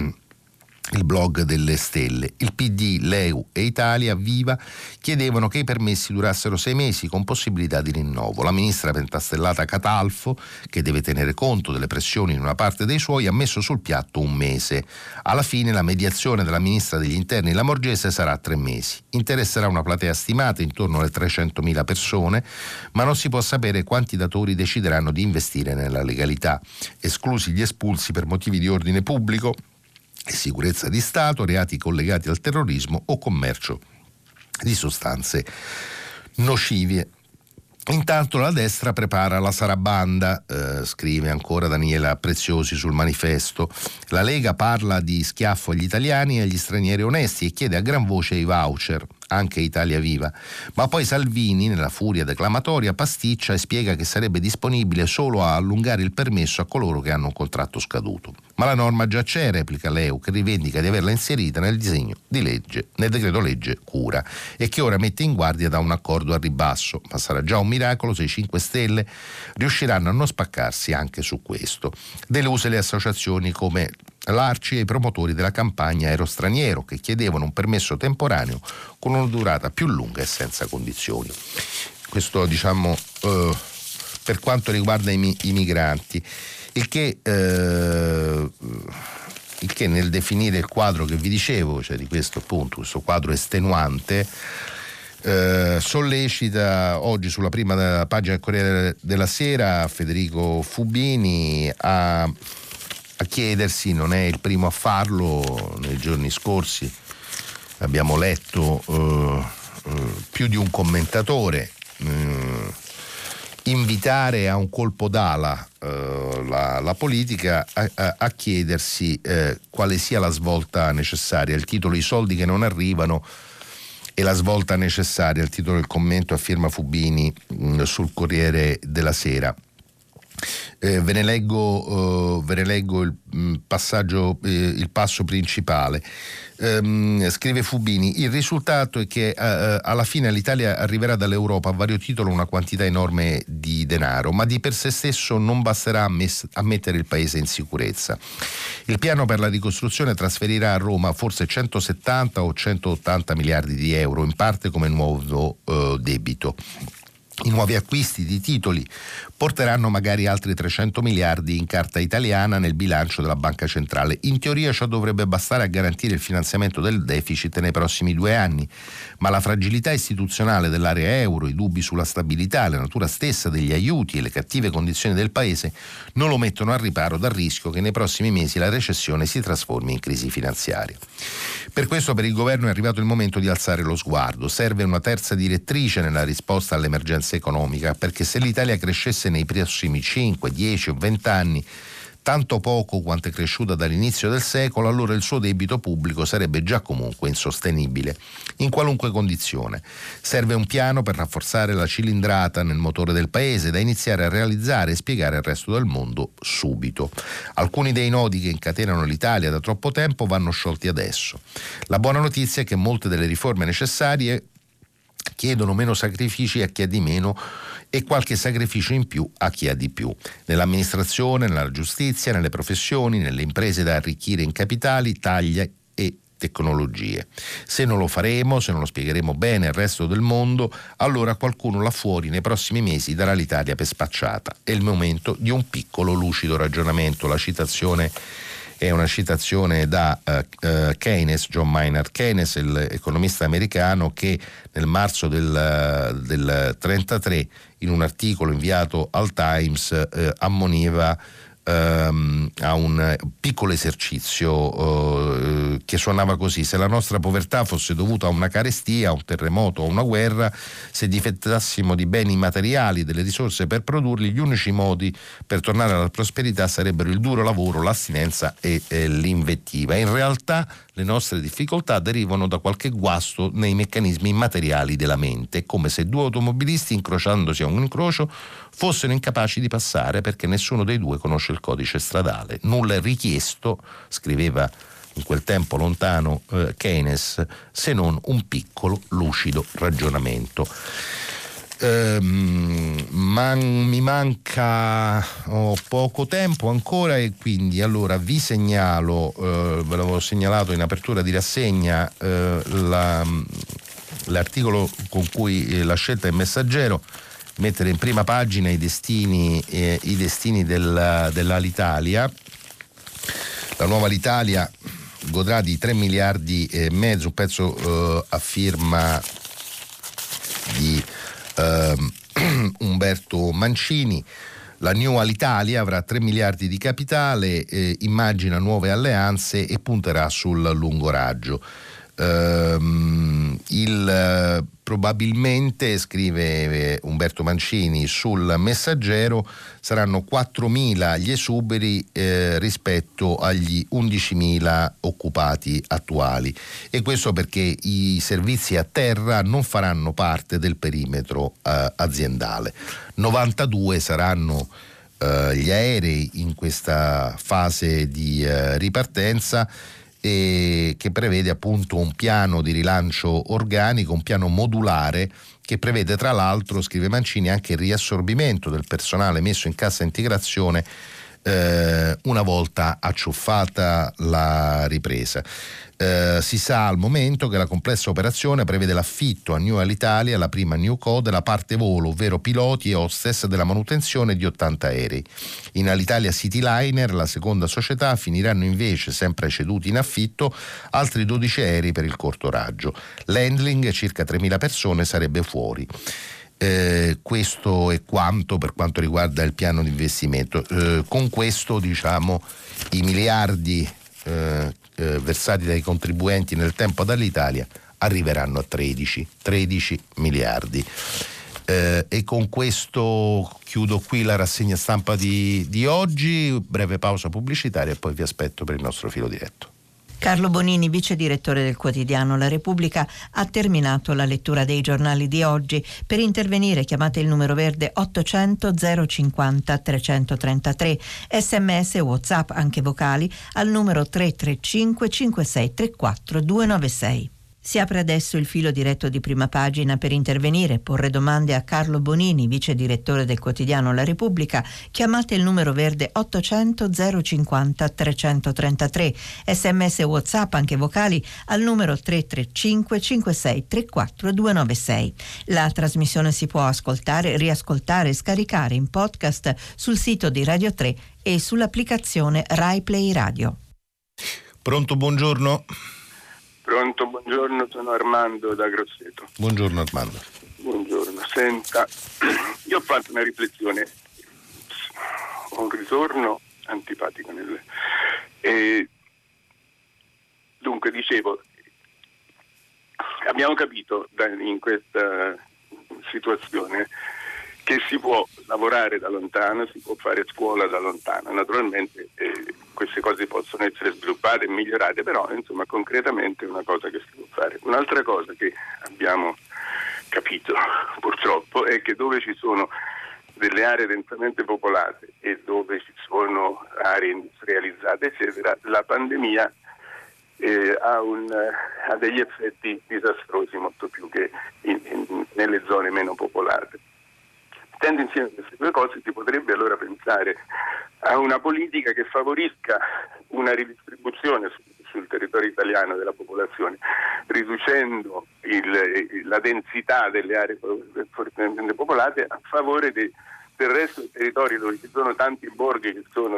il blog delle stelle. Il PD, l'EU e Italia Viva chiedevano che i permessi durassero 6 mesi con possibilità di rinnovo. La ministra pentastellata Catalfo, che deve tenere conto delle pressioni in una parte dei suoi, ha messo sul piatto 1 mese. Alla fine la mediazione della ministra degli interni Lamorgese sarà 3 mesi. Interesserà una platea stimata intorno alle 300.000 persone, ma non si può sapere quanti datori decideranno di investire nella legalità, esclusi gli espulsi per motivi di ordine pubblico e sicurezza di Stato, reati collegati al terrorismo o commercio di sostanze nocive. Intanto la destra prepara la sarabanda, scrive ancora Daniela Preziosi sul Manifesto. La Lega parla di schiaffo agli italiani e agli stranieri onesti e chiede a gran voce i voucher, anche Italia Viva. Ma poi Salvini, nella furia declamatoria, pasticcia e spiega che sarebbe disponibile solo a allungare il permesso a coloro che hanno un contratto scaduto. Ma la norma già c'è, replica l'EU, che rivendica di averla inserita nel disegno di legge, nel decreto legge cura, e che ora mette in guardia da un accordo al ribasso. Ma sarà già un miracolo se i 5 Stelle riusciranno a non spaccarsi anche su questo. Deluse le associazioni come l'Arci e i promotori della campagna Aerostraniero, che chiedevano un permesso temporaneo con una durata più lunga e senza condizioni. Questo, diciamo, per quanto riguarda i migranti, il che nel definire il quadro che vi dicevo, cioè di questo appunto, questo quadro estenuante, sollecita oggi sulla prima pagina del Corriere della Sera Federico Fubini a chiedersi, non è il primo a farlo, nei giorni scorsi abbiamo letto più di un commentatore invitare a un colpo d'ala la politica a chiedersi quale sia la svolta necessaria. Il titolo: I soldi che non arrivano e la svolta necessaria, il titolo del commento a firma Fubini sul Corriere della Sera. Ve ne leggo il passaggio, il passo principale. Scrive Fubini: il risultato è che alla fine l'Italia arriverà dall'Europa a vario titolo una quantità enorme di denaro, ma di per sé stesso non basterà a mettere il paese in sicurezza. Il piano per la ricostruzione trasferirà a Roma forse 170 o 180 miliardi di euro, in parte come nuovo debito. I nuovi acquisti di titoli porteranno magari altri 300 miliardi in carta italiana nel bilancio della Banca Centrale. In teoria ciò dovrebbe bastare a garantire il finanziamento del deficit nei prossimi 2 anni, ma la fragilità istituzionale dell'area euro, i dubbi sulla stabilità, la natura stessa degli aiuti e le cattive condizioni del paese non lo mettono al riparo dal rischio che nei prossimi mesi la recessione si trasformi in crisi finanziaria. Per questo per il governo è arrivato il momento di alzare lo sguardo. Serve una terza direttrice nella risposta all'emergenza economica, perché se l'Italia crescesse nei prossimi 5, 10 o 20 anni tanto poco quanto è cresciuta dall'inizio del secolo, allora il suo debito pubblico sarebbe già comunque insostenibile, in qualunque condizione. Serve un piano per rafforzare la cilindrata nel motore del paese, da iniziare a realizzare e spiegare al resto del mondo subito. Alcuni dei nodi che incatenano l'Italia da troppo tempo vanno sciolti adesso. La buona notizia è che molte delle riforme necessarie chiedono meno sacrifici a chi ha di meno e qualche sacrificio in più a chi ha di più, nell'amministrazione, nella giustizia, nelle professioni, nelle imprese da arricchire in capitali, taglie e tecnologie. Se non lo faremo, se non lo spiegheremo bene al resto del mondo, allora qualcuno là fuori nei prossimi mesi darà l'Italia per spacciata. È il momento di un piccolo lucido ragionamento. La citazione è una citazione da Keynes, John Maynard Keynes, l'economista americano, che nel marzo del 1933 in un articolo inviato al Times ammoniva a un piccolo esercizio che suonava così: se la nostra povertà fosse dovuta a una carestia, a un terremoto o a una guerra, se difettassimo di beni materiali, delle risorse per produrli, gli unici modi per tornare alla prosperità sarebbero il duro lavoro, l'astinenza e l'invettiva. In realtà le nostre difficoltà derivano da qualche guasto nei meccanismi immateriali della mente. È come se 2 automobilisti, incrociandosi a un incrocio, fossero incapaci di passare perché nessuno dei 2 conosce il codice stradale. Nulla è richiesto, scriveva in quel tempo lontano Keynes, se non un piccolo lucido ragionamento. Mi manca poco tempo ancora e quindi allora vi segnalo, ve l'avevo segnalato in apertura di rassegna, l'articolo con cui la scelta è Messaggero, mettere in prima pagina i destini dell'Alitalia. La nuova Alitalia godrà di 3 miliardi e mezzo, un pezzo a firma di Umberto Mancini. La New Alitalia avrà 3 miliardi di capitale, immagina nuove alleanze e punterà sul lungo raggio. Probabilmente, scrive Umberto Mancini sul Messaggero, saranno 4.000 gli esuberi rispetto agli 11.000 occupati attuali, e questo perché i servizi a terra non faranno parte del perimetro aziendale. 92 saranno gli aerei in questa fase di ripartenza, che prevede appunto un piano di rilancio organico, un piano modulare che prevede tra l'altro, scrive Mancini, anche il riassorbimento del personale messo in cassa integrazione una volta acciuffata la ripresa. Si sa al momento che la complessa operazione prevede l'affitto a New Alitalia, la prima New Co, della parte volo, ovvero piloti e hostess, della manutenzione di 80 aerei. In Alitalia Cityliner, la seconda società, finiranno invece, sempre ceduti in affitto, altri 12 aerei per il corto raggio. L'handling, circa 3.000 persone, sarebbe fuori. Questo è quanto per quanto riguarda il piano di investimento. Con questo, diciamo, i miliardi versati dai contribuenti nel tempo dall'Italia arriveranno a 13 miliardi. E con questo chiudo qui la rassegna stampa di oggi. Breve pausa pubblicitaria e poi vi aspetto per il nostro filo diretto. Carlo Bonini, vice direttore del quotidiano La Repubblica, ha terminato la lettura dei giornali di oggi. Per intervenire chiamate il numero verde 800 050 333, sms e WhatsApp anche vocali al numero 335 5634 296. Si apre adesso il filo diretto di Prima Pagina per intervenire, porre domande a Carlo Bonini, vice direttore del quotidiano La Repubblica. Chiamate il numero verde 800 050 333, sms e WhatsApp anche vocali al numero 335 56 34 296. La trasmissione si può ascoltare, riascoltare e scaricare in podcast sul sito di Radio 3 e sull'applicazione Rai Play Radio. Pronto, buongiorno. Pronto, buongiorno, sono Armando da Grosseto. Buongiorno Armando. Buongiorno, senta, io ho fatto una riflessione, un ritorno antipatico dunque dicevo, abbiamo capito in questa situazione che si può lavorare da lontano, si può fare scuola da lontano. Naturalmente queste cose possono essere sviluppate e migliorate, però insomma concretamente è una cosa che si può fare. Un'altra cosa che abbiamo capito purtroppo è che dove ci sono delle aree densamente popolate e dove ci sono aree industrializzate eccetera, la pandemia ha degli effetti disastrosi molto più che nelle zone meno popolate. Mettendo insieme queste due cose si potrebbe allora pensare a una politica che favorisca una ridistribuzione sul territorio italiano della popolazione, riducendo la densità delle aree fortemente popolate a favore del resto del territorio, dove ci sono tanti borghi che sono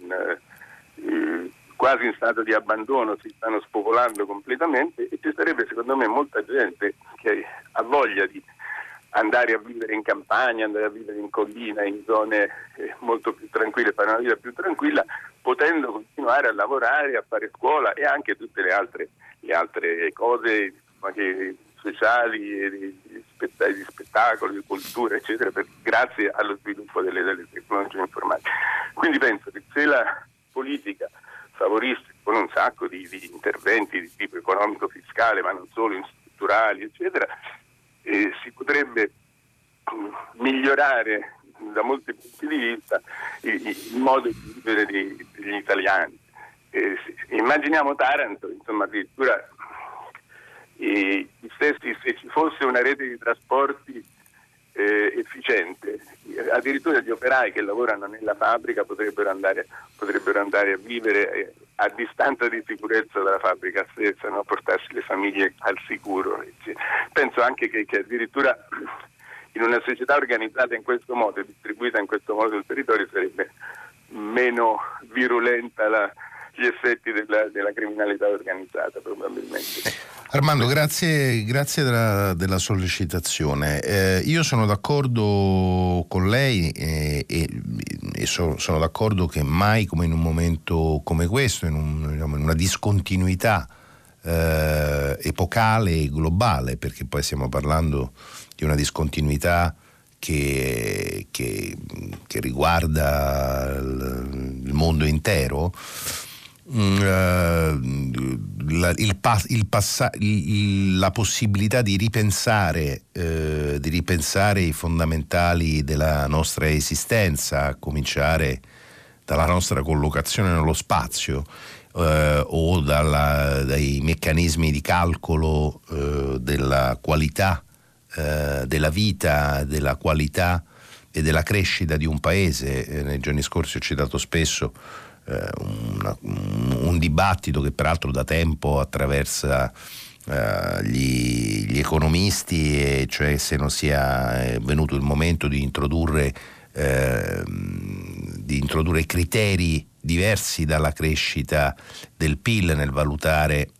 quasi in stato di abbandono, si stanno spopolando completamente, e ci sarebbe secondo me molta gente che ha voglia di andare a vivere in campagna, andare a vivere in collina, in zone molto più tranquille, fare una vita più tranquilla, potendo continuare a lavorare, a fare scuola e anche tutte le altre cose sociali, di spettacolo, di cultura, eccetera, grazie allo sviluppo delle tecnologie informatiche. Quindi penso che se la politica favorisse con un sacco di interventi di tipo economico-fiscale, ma non solo, strutturali, eccetera, si potrebbe migliorare da molti punti di vista il modo di vivere degli italiani. Immaginiamo Taranto, insomma, addirittura se ci fosse una rete di trasporti efficiente, addirittura gli operai che lavorano nella fabbrica potrebbero andare a vivere a distanza di sicurezza dalla fabbrica stessa, no? Portarsi le famiglie al sicuro. Penso anche che addirittura in una società organizzata in questo modo, distribuita in questo modo sul territorio, sarebbe meno virulenta gli effetti della criminalità organizzata, probabilmente. Armando, grazie della sollecitazione. Io sono d'accordo con lei e sono d'accordo che mai come in un momento come questo, in una discontinuità epocale e globale, perché poi stiamo parlando di una discontinuità che riguarda il mondo intero. La possibilità di ripensare i fondamentali della nostra esistenza, a cominciare dalla nostra collocazione nello spazio o dai meccanismi di calcolo della qualità della vita, della qualità e della crescita di un paese. Nei giorni scorsi ho citato spesso un dibattito che peraltro da tempo attraversa gli economisti, e cioè se non sia venuto il momento di introdurre criteri diversi dalla crescita del PIL nel valutare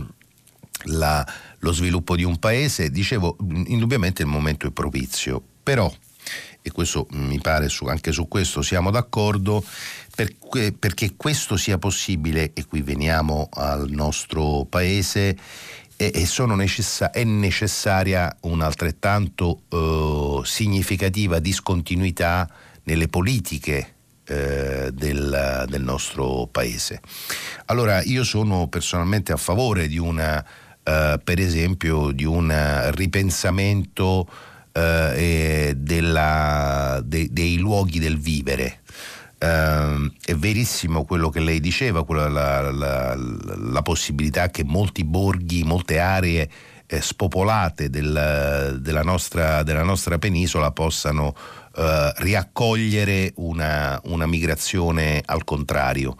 lo sviluppo di un paese. Dicevo, indubbiamente il momento è propizio, però, e questo mi pare anche su questo siamo d'accordo, perché questo sia possibile, e qui veniamo al nostro paese, è necessaria un'altrettanto significativa discontinuità nelle politiche del nostro paese. Allora, io sono personalmente a favore di per esempio di un ripensamento dei luoghi del vivere. È verissimo quello che lei diceva, la possibilità che molti borghi, molte aree spopolate della nostra penisola possano riaccogliere una migrazione al contrario,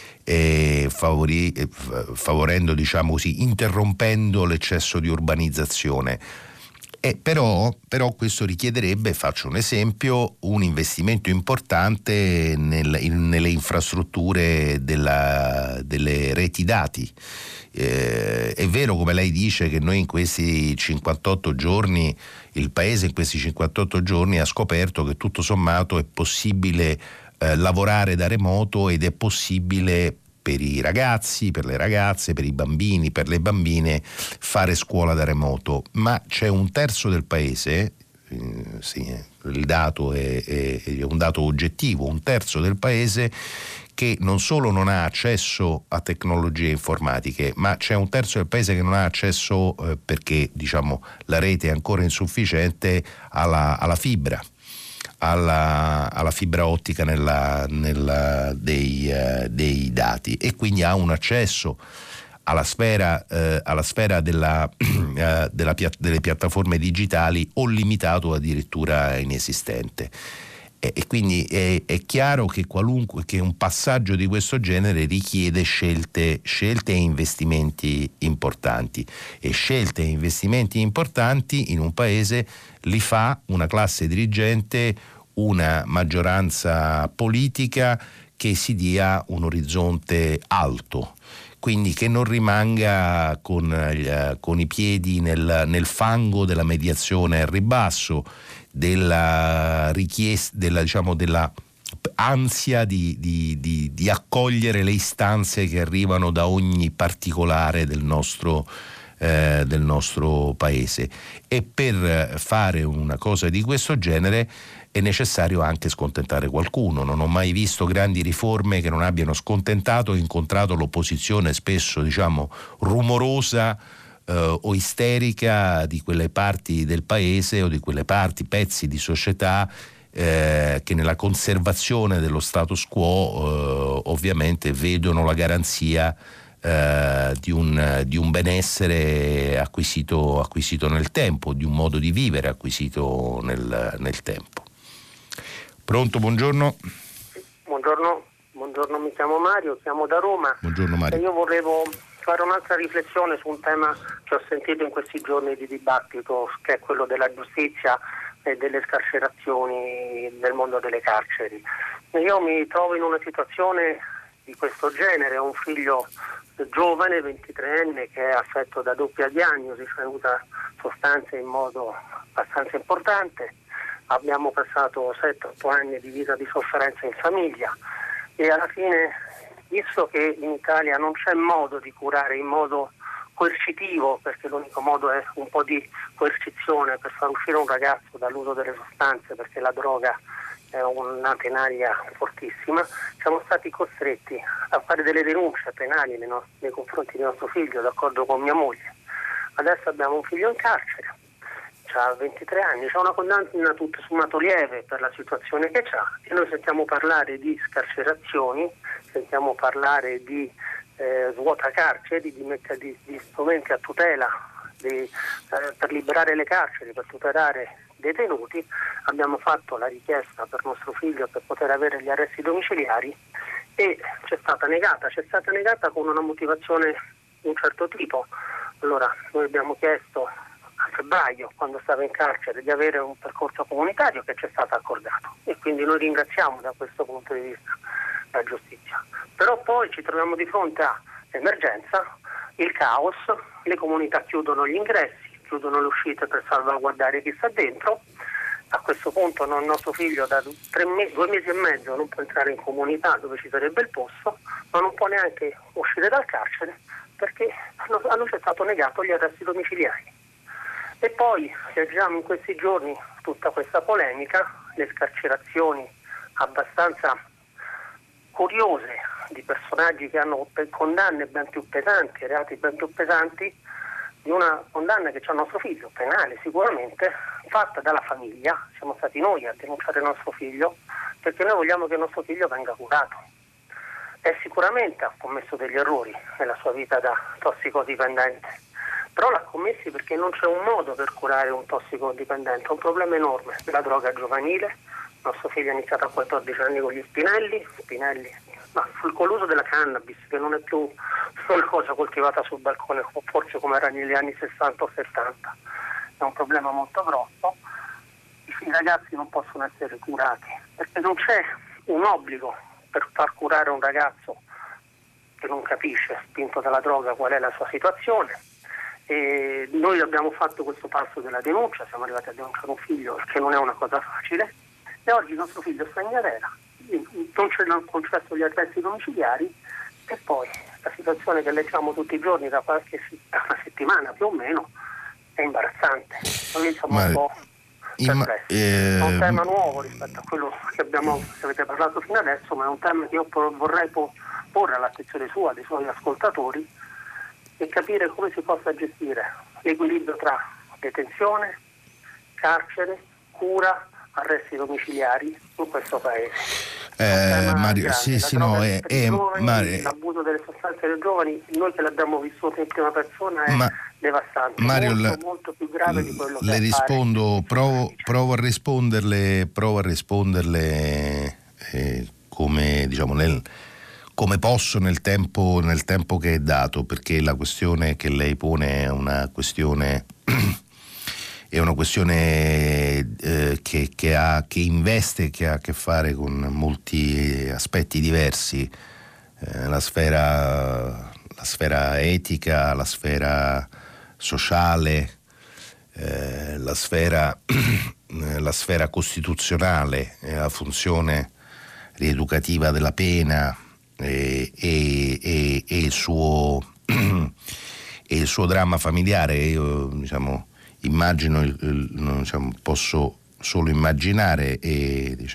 favorendo, diciamo così, interrompendo l'eccesso di urbanizzazione. Però questo richiederebbe, faccio un esempio, un investimento importante nelle infrastrutture delle reti dati. È vero, come lei dice, che noi in questi 58 giorni, il Paese in questi 58 giorni ha scoperto che tutto sommato è possibile lavorare da remoto, ed è possibile per i ragazzi, per le ragazze, per i bambini, per le bambine fare scuola da remoto, ma c'è un terzo del Paese, il dato è un dato oggettivo, un terzo del Paese che non solo non ha accesso a tecnologie informatiche, ma c'è un terzo del Paese che non ha accesso perché, diciamo, la rete è ancora insufficiente alla fibra. Alla fibra ottica dei dati, e quindi ha un accesso alla sfera delle piattaforme digitali o limitato o addirittura inesistente. E quindi è chiaro che un passaggio di questo genere richiede scelte e investimenti importanti, e scelte e investimenti importanti in un paese li fa una classe dirigente, una maggioranza politica che si dia un orizzonte alto, quindi che non rimanga con i piedi nel fango della mediazione al ribasso, della richiesta, della ansia di accogliere le istanze che arrivano da ogni particolare del nostro paese. E per fare una cosa di questo genere è necessario anche scontentare qualcuno. Non ho mai visto grandi riforme che non abbiano scontentato e incontrato l'opposizione, spesso, diciamo, rumorosa o isterica, di quelle parti del paese o di quelle pezzi di società che nella conservazione dello status quo ovviamente vedono la garanzia di un benessere acquisito nel tempo, di un modo di vivere acquisito nel tempo. Pronto, buongiorno. Buongiorno, mi chiamo Mario, chiamo da Roma. Buongiorno Mario. E io volevo fare un'altra riflessione su un tema che ho sentito in questi giorni di dibattito, che è quello della giustizia e delle scarcerazioni nel mondo delle carceri. Io mi trovo in una situazione di questo genere, ho un figlio giovane, 23enne, che è affetto da doppia diagnosi, cioè usa sostanze in modo abbastanza importante. Abbiamo passato 7-8 anni di vita di sofferenza in famiglia e alla fine, visto che in Italia non c'è modo di curare in modo coercitivo, perché l'unico modo è un po' di coercizione per far uscire un ragazzo dall'uso delle sostanze, perché la droga è una tenaria fortissima, siamo stati costretti a fare delle denunce penali nei confronti di nostro figlio, d'accordo con mia moglie. Adesso abbiamo un figlio in carcere, ha 23 anni, c'è una condanna tutto sommato lieve per la situazione che c'ha, e noi sentiamo parlare di scarcerazioni, sentiamo parlare di svuota carceri, di strumenti a tutela per liberare le carceri, per tutelare detenuti. Abbiamo fatto la richiesta per nostro figlio per poter avere gli arresti domiciliari e ci è stata negata con una motivazione di un certo tipo. Allora, noi abbiamo chiesto a febbraio, quando stava in carcere, di avere un percorso comunitario che ci è stato accordato, e quindi noi ringraziamo da questo punto di vista la giustizia. Però poi ci troviamo di fronte all'emergenza, il caos, le comunità chiudono gli ingressi, chiudono le uscite per salvaguardare chi sta dentro. A questo punto il nostro figlio da 2 mesi e mezzo non può entrare in comunità dove ci sarebbe il posto, ma non può neanche uscire dal carcere perché a noi ci è stato negato gli arresti domiciliari. E poi leggiamo in questi giorni tutta questa polemica, le scarcerazioni abbastanza curiose di personaggi che hanno condanne ben più pesanti, reati ben più pesanti, di una condanna che c'ha il nostro figlio, penale sicuramente, fatta dalla famiglia. Siamo stati noi a denunciare il nostro figlio perché noi vogliamo che il nostro figlio venga curato. E sicuramente ha commesso degli errori nella sua vita da tossicodipendente, però l'ha commessi perché non c'è un modo per curare un tossicodipendente, è un problema enorme. La droga giovanile, nostro figlio ha iniziato a 14 anni con gli spinelli, ma con l'uso della cannabis, che non è più una cosa coltivata sul balcone, forse come era negli anni 60 o 70, è un problema molto grosso. I ragazzi non possono essere curati, perché non c'è un obbligo per far curare un ragazzo che non capisce, spinto dalla droga, qual è la sua situazione. E noi abbiamo fatto questo passo della denuncia, siamo arrivati a denunciare un figlio, perché non è una cosa facile, e oggi il nostro figlio sta in galera, non ce l'hanno concesso gli arresti domiciliari, e poi la situazione che leggiamo tutti i giorni da una settimana più o meno è imbarazzante. Noi siamo un po' perplessi. È un tema nuovo rispetto a quello che avete parlato fino adesso, ma è un tema che io vorrei porre all'attenzione sua, dei suoi ascoltatori, e capire come si possa gestire l'equilibrio tra detenzione, carcere, cura, arresti domiciliari in questo paese. Mario, l'abuso delle sostanze dei giovani, noi che l'abbiamo vissuto in prima persona, è devastante, Mario, molto più grave di quello che le rispondo, provo a risponderle come, diciamo, come posso nel tempo che è dato, perché la questione che lei pone è una questione che investe, che ha a che fare con molti aspetti diversi, la sfera etica, la sfera sociale, la sfera costituzionale, la funzione rieducativa della pena e il suo dramma familiare. Io, diciamo, immagino, posso solo immaginare il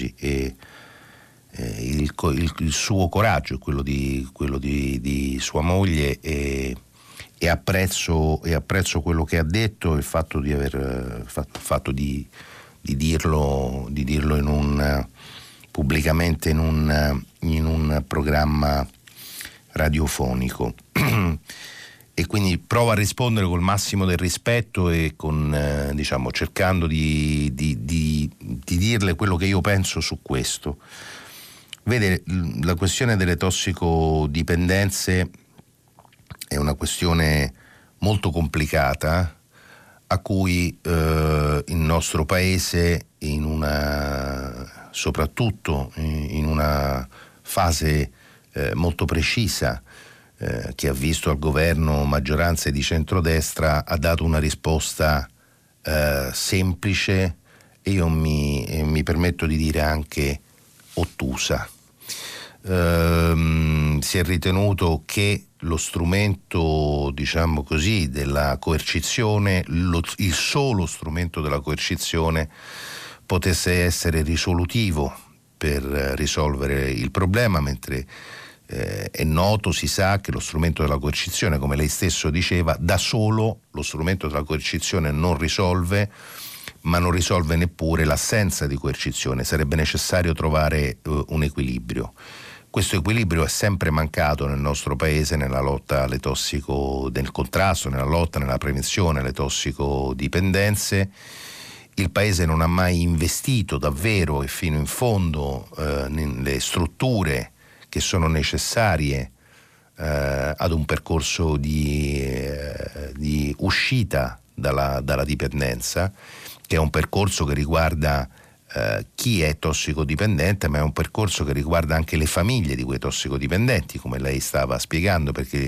suo coraggio, quello di sua moglie, e apprezzo quello che ha detto, il fatto di aver di dirlo pubblicamente in un programma radiofonico. E quindi provo a rispondere col massimo del rispetto e cercando di dirle quello che io penso su questo. Vede, la questione delle tossicodipendenze è una questione molto complicata, a cui il nostro paese, soprattutto in una fase molto precisa, che ha visto al governo maggioranze di centrodestra, ha dato una risposta semplice e io mi permetto di dire anche ottusa. Si è ritenuto che lo strumento, diciamo così, della coercizione, il solo strumento della coercizione, potesse essere risolutivo per risolvere il problema, mentre è noto, si sa che lo strumento della coercizione, come lei stesso diceva, da solo lo strumento della coercizione non risolve, ma non risolve neppure l'assenza di coercizione. Sarebbe necessario trovare un equilibrio. Questo equilibrio è sempre mancato nel nostro paese nella lotta alle nel contrasto, nella lotta, nella prevenzione alle tossicodipendenze. Il paese non ha mai investito davvero e fino in fondo nelle strutture che sono necessarie ad un percorso di uscita dalla dipendenza, che è un percorso che riguarda chi è tossicodipendente, ma è un percorso che riguarda anche le famiglie di quei tossicodipendenti, come lei stava spiegando, perché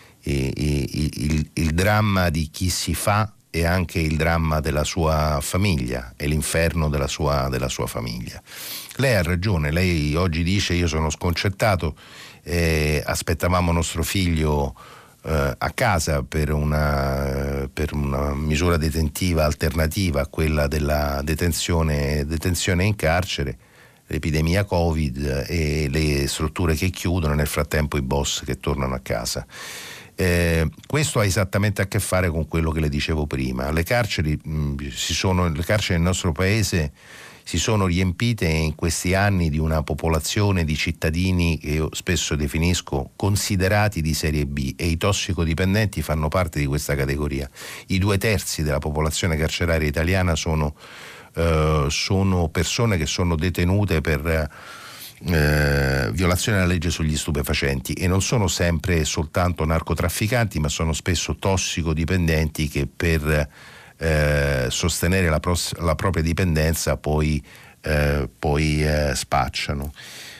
il dramma di chi si fa è anche il dramma della sua famiglia, è l'inferno della sua famiglia. Lei ha ragione, lei oggi dice: io sono sconcertato, aspettavamo nostro figlio a casa per una misura detentiva alternativa a quella della detenzione in carcere, l'epidemia Covid e le strutture che chiudono, nel frattempo i boss che tornano a casa. Questo ha esattamente a che fare con quello che le dicevo prima. Le carceri nel nostro paese si sono riempite in questi anni di una popolazione di cittadini che io spesso definisco considerati di serie B, e i tossicodipendenti fanno parte di questa categoria. I 2/3 della popolazione carceraria italiana sono persone che sono detenute per violazione della legge sugli stupefacenti, e non sono sempre soltanto narcotrafficanti, ma sono spesso tossicodipendenti che per sostenere la propria dipendenza poi spacciano.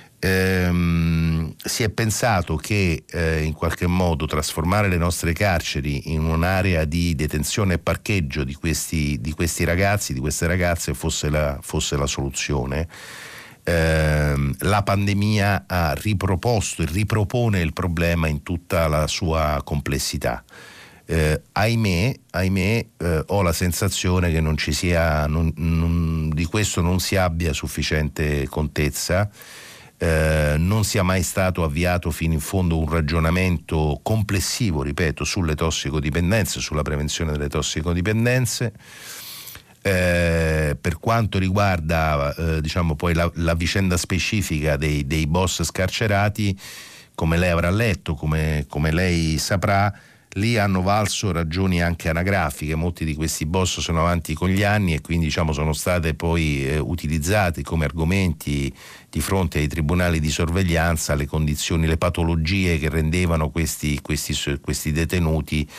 Si è pensato che in qualche modo trasformare le nostre carceri in un'area di detenzione e parcheggio di questi ragazzi, di queste ragazze, fosse la soluzione. La pandemia ha riproposto e ripropone il problema in tutta la sua complessità. Ahimè, ho la sensazione che non ci sia, di questo non si abbia sufficiente contezza. Non sia mai stato avviato fino in fondo un ragionamento complessivo, ripeto, sulle tossicodipendenze, sulla prevenzione delle tossicodipendenze. Per quanto riguarda poi la vicenda specifica dei boss scarcerati, come lei avrà letto, come lei saprà, lì hanno valso ragioni anche anagrafiche. Molti di questi boss sono avanti con gli anni e quindi sono state poi utilizzate come argomenti di fronte ai tribunali di sorveglianza le condizioni, le patologie che rendevano questi detenuti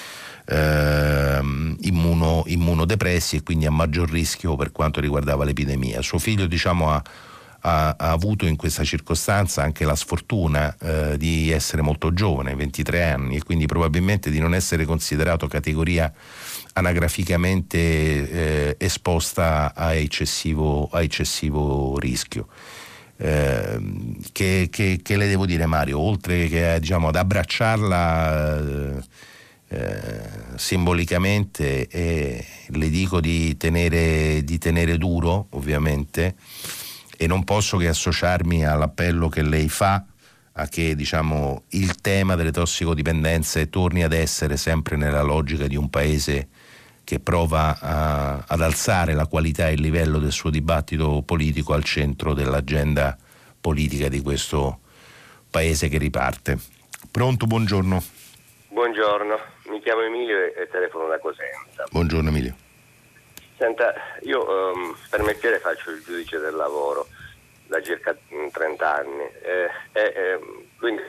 immunodepressi e quindi a maggior rischio per quanto riguardava l'epidemia. Suo figlio ha avuto in questa circostanza anche la sfortuna di essere molto giovane, 23 anni, e quindi probabilmente di non essere considerato categoria anagraficamente esposta a eccessivo rischio. Che le devo dire, Mario? Oltre che ad abbracciarla simbolicamente, le dico di tenere duro, ovviamente, e non posso che associarmi all'appello che lei fa a che il tema delle tossicodipendenze torni ad essere sempre nella logica di un paese che prova ad alzare la qualità e il livello del suo dibattito politico al centro dell'agenda politica di questo paese che riparte. Pronto, buongiorno. Buongiorno, mi chiamo Emilio e telefono da Cosenza. Buongiorno Emilio. Senta, io per mestiere faccio il giudice del lavoro da circa 30 anni quindi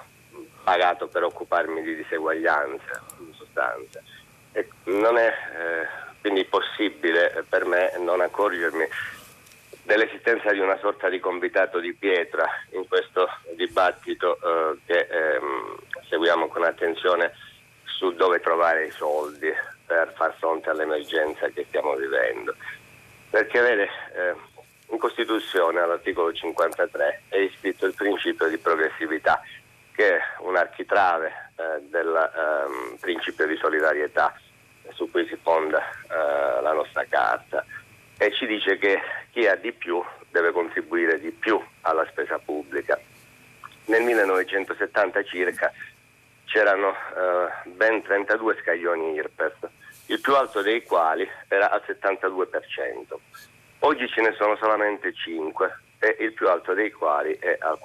pagato per occuparmi di diseguaglianza in sostanza, e non è quindi possibile per me non accorgermi dell'esistenza di una sorta di convitato di pietra in questo dibattito che seguiamo con attenzione su dove trovare i soldi per far fronte all'emergenza che stiamo vivendo. Perché vede, in Costituzione all'articolo 53 è iscritto il principio di progressività, che è un architrave del principio di solidarietà su cui si fonda la nostra Carta, e ci dice che chi ha di più deve contribuire di più alla spesa pubblica. Nel 1970 circa c'erano ben 32 scaglioni IRPEF, il più alto dei quali era al 72%. Oggi ce ne sono solamente 5 e il più alto dei quali è al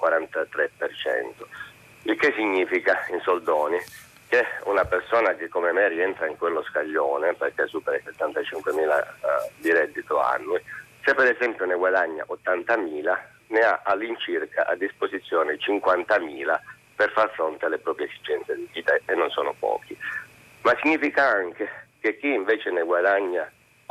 43%. Il che significa, in soldoni, che una persona che come me rientra in quello scaglione, perché supera i 75.000 di reddito annui, se per esempio ne guadagna 80.000, ne ha all'incirca a disposizione 50.000 per far fronte alle proprie esigenze di vita, e non sono pochi. Ma significa anche che chi invece ne guadagna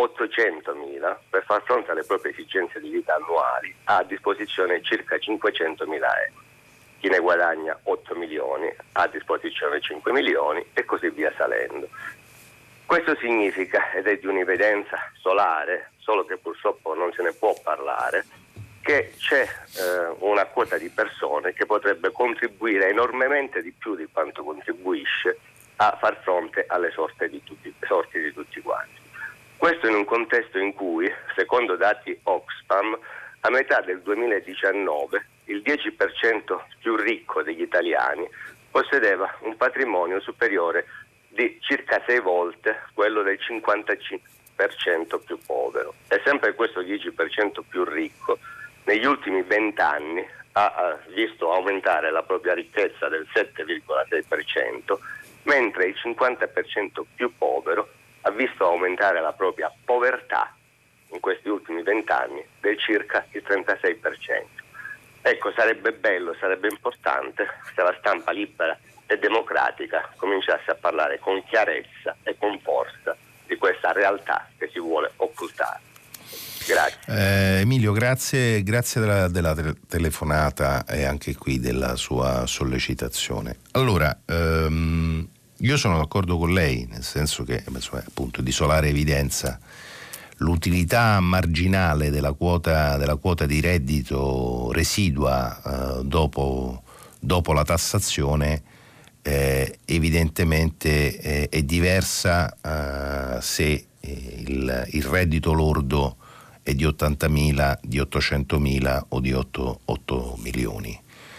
800.000 per far fronte alle proprie esigenze di vita annuali ha a disposizione circa 500.000 euro. Chi ne guadagna 8 milioni ha a disposizione 5 milioni e così via salendo. Questo significa, ed è di un'evidenza solare, solo che purtroppo non se ne può parlare, che c'è una quota di persone che potrebbe contribuire enormemente di più di quanto contribuisce a far fronte alle sorti di tutti quanti. Questo in un contesto in cui, secondo dati Oxfam, a metà del 2019 il 10% più ricco degli italiani possedeva un patrimonio superiore di circa 6 volte quello del 55% 10% più povero. E sempre questo 10% più ricco negli ultimi 20 anni ha visto aumentare la propria ricchezza del 7,6%, mentre il 50% più povero ha visto aumentare la propria povertà in questi ultimi 20 anni del circa il 36%. Ecco, sarebbe bello, sarebbe importante se la stampa libera e democratica cominciasse a parlare con chiarezza e con forza di questa realtà che si vuole occultare. Grazie. Emilio, grazie della telefonata e anche qui della sua sollecitazione. Allora, io sono d'accordo con lei, nel senso che appunto di solare evidenza l'utilità marginale della quota di reddito residua dopo la tassazione evidentemente è diversa se il reddito lordo è di 80.000, di 800.000 o di 8 milioni.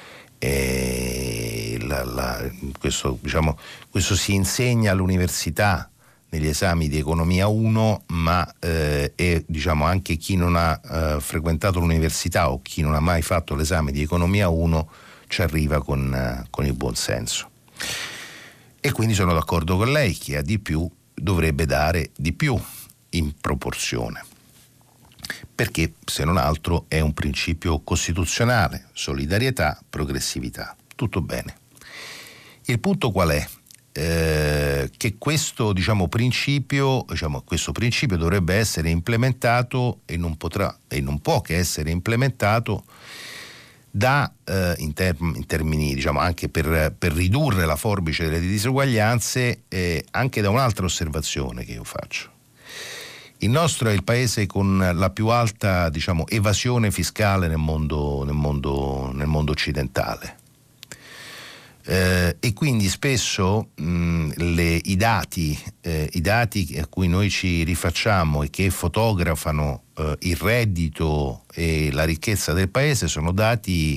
Questo si insegna all'università negli esami di economia 1, ma anche chi non ha frequentato l'università o chi non ha mai fatto l'esame di economia 1 ci arriva con il buon senso. E quindi sono d'accordo con lei, chi ha di più dovrebbe dare di più in proporzione, perché se non altro è un principio costituzionale: solidarietà, progressività, tutto bene. Il punto qual è? Che questo principio dovrebbe essere implementato e non può che essere implementato in termini anche per ridurre la forbice delle disuguaglianze, anche da un'altra osservazione che io faccio. Il nostro è il paese con la più alta evasione fiscale nel mondo occidentale. E quindi spesso i dati a cui noi ci rifacciamo e che fotografano il reddito e la ricchezza del paese sono dati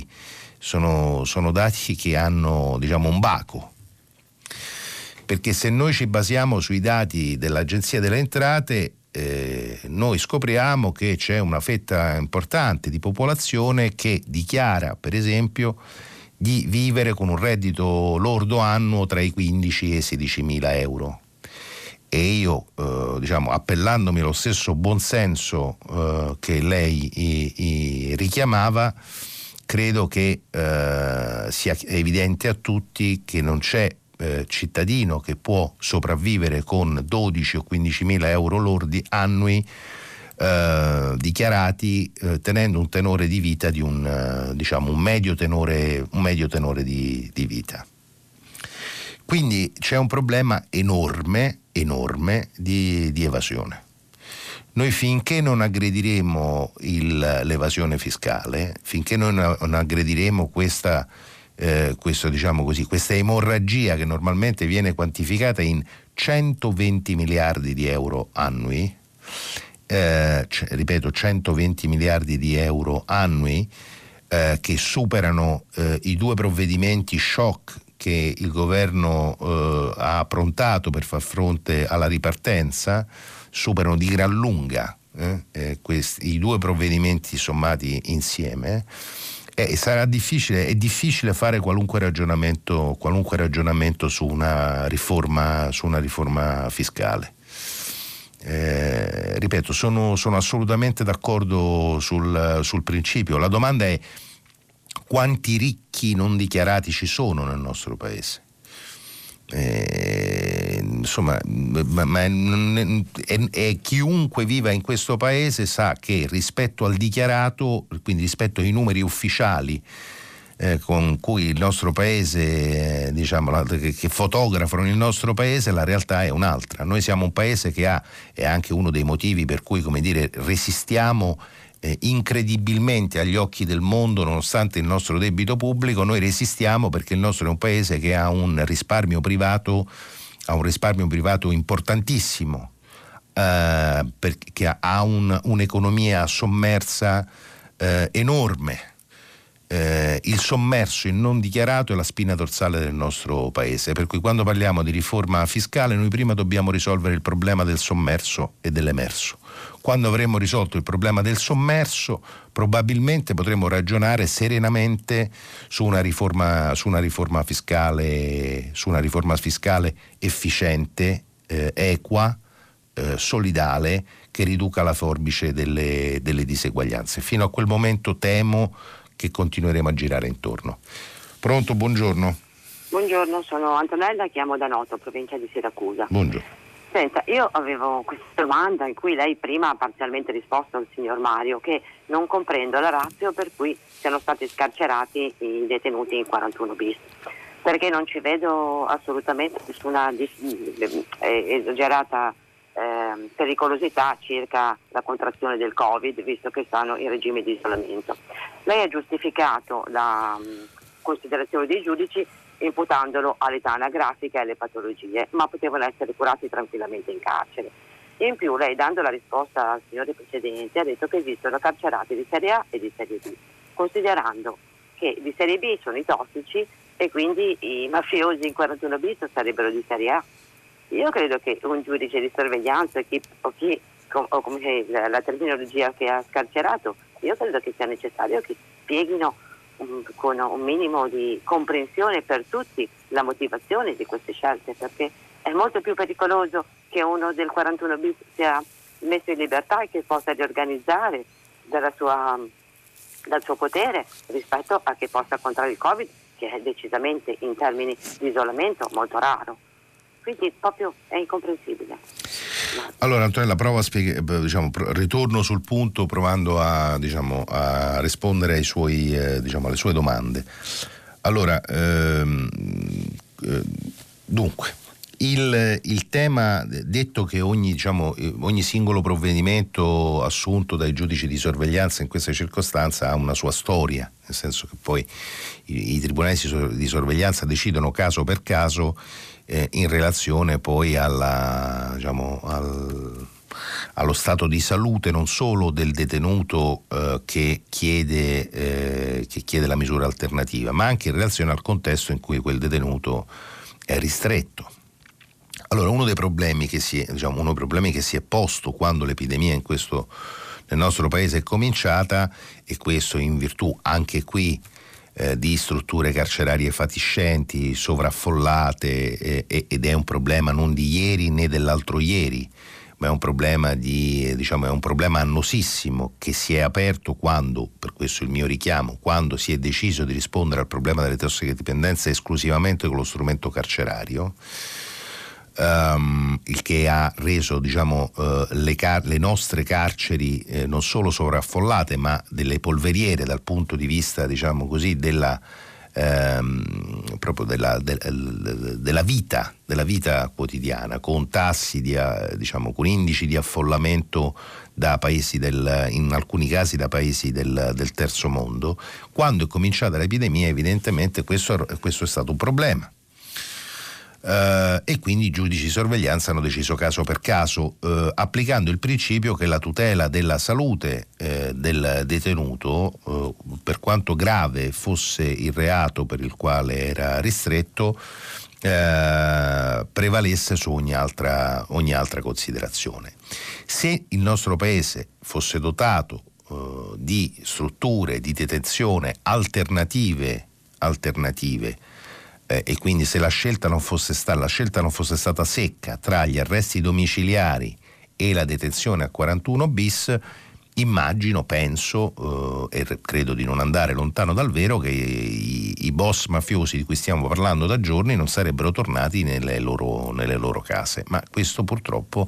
che hanno un baco, perché se noi ci basiamo sui dati dell'Agenzia delle Entrate noi scopriamo che c'è una fetta importante di popolazione che dichiara, per esempio, di vivere con un reddito lordo annuo tra i 15 e i 16.000 euro. E io, appellandomi allo stesso buonsenso che lei richiamava, credo che sia evidente a tutti che non c'è cittadino che può sopravvivere con 12 o 15.000 euro lordi annui dichiarati, tenendo un tenore di vita di un medio tenore di vita. Quindi c'è un problema enorme di evasione. Noi finché non aggrediremo l'evasione fiscale, finché noi non aggrediremo questa emorragia che normalmente viene quantificata in 120 miliardi di euro annui, ripeto 120 miliardi di euro annui, che superano i due provvedimenti shock che il governo ha approntato per far fronte alla ripartenza, superano di gran lunga i due provvedimenti sommati insieme. È difficile fare qualunque ragionamento su una riforma fiscale. Ripeto, sono assolutamente d'accordo sul principio. La domanda è: quanti ricchi non dichiarati ci sono nel nostro paese? Chiunque viva in questo paese sa che rispetto al dichiarato, quindi rispetto ai numeri ufficiali con cui il nostro paese, che fotografano il nostro paese, la realtà è un'altra. Noi siamo un paese che è anche uno dei motivi per cui, resistiamo incredibilmente agli occhi del mondo, nonostante il nostro debito pubblico. Noi resistiamo perché il nostro è un paese che ha un risparmio privato importantissimo, perché ha un'economia sommersa enorme. il sommerso, il non dichiarato è la spina dorsale del nostro paese, per cui quando parliamo di riforma fiscale noi prima dobbiamo risolvere il problema del sommerso e dell'emerso. Quando avremo risolto il problema del sommerso probabilmente potremo ragionare serenamente su una riforma fiscale efficiente, equa, solidale, che riduca la forbice delle diseguaglianze. Fino a quel momento temo che continueremo a girare intorno. Pronto, buongiorno. Buongiorno, sono Antonella, chiamo da Noto, provincia di Siracusa. Buongiorno. Senta, io avevo questa domanda in cui lei prima ha parzialmente risposto al signor Mario, che non comprendo la ratio per cui siano stati scarcerati i detenuti in 41 bis, perché non ci vedo assolutamente nessuna esagerata pericolosità circa la contrazione del Covid, visto che stanno in regime di isolamento. Lei ha giustificato la considerazione dei giudici imputandolo all'età anagrafica e alle patologie, ma potevano essere curati tranquillamente in carcere. In più lei, dando la risposta al signore precedente, ha detto che esistono carcerati di serie A e di serie B, considerando che di serie B sono i tossici e quindi i mafiosi in 41 bis sarebbero di serie A. Io credo che un giudice di sorveglianza o come la terminologia che ha scarcerato, io credo che sia necessario che spieghino con un minimo di comprensione per tutti la motivazione di queste scelte, perché è molto più pericoloso che uno del 41 bis sia messo in libertà e che possa riorganizzare dal suo potere rispetto a che possa contrarre il Covid, che è decisamente in termini di isolamento molto raro. Quindi proprio è incomprensibile. Allora Antonella, provo a ritorno sul punto provando a rispondere alle sue domande. Allora, dunque, il tema, detto che ogni singolo provvedimento assunto dai giudici di sorveglianza in questa circostanza ha una sua storia, nel senso che poi i tribunali di sorveglianza decidono caso per caso in relazione poi allo stato di salute non solo del detenuto che chiede la misura alternativa, ma anche in relazione al contesto in cui quel detenuto è ristretto. Allora, uno dei problemi che si è posto quando l'epidemia nel nostro paese è cominciata, e questo in virtù anche qui di strutture carcerarie fatiscenti, sovraffollate, ed è un problema non di ieri né dell'altro ieri, ma è un problema annosissimo che si è aperto quando, per questo il mio richiamo, quando si è deciso di rispondere al problema delle tossicodipendenze esclusivamente con lo strumento carcerario, il che ha reso le nostre carceri non solo sovraffollate, ma delle polveriere dal punto di vista proprio della vita quotidiana, con tassi con indici di affollamento da paesi in alcuni casi da paesi del terzo mondo. Quando è cominciata l'epidemia evidentemente questo è stato un problema. E quindi i giudici di sorveglianza hanno deciso caso per caso, applicando il principio che la tutela della salute del detenuto, per quanto grave fosse il reato per il quale era ristretto, prevalesse su ogni altra considerazione. Se il nostro paese fosse dotato di strutture di detenzione alternative, e quindi se la scelta non fosse stata secca tra gli arresti domiciliari e la detenzione a 41 bis, penso e credo di non andare lontano dal vero, che i boss mafiosi di cui stiamo parlando da giorni non sarebbero tornati nelle loro case, ma questo purtroppo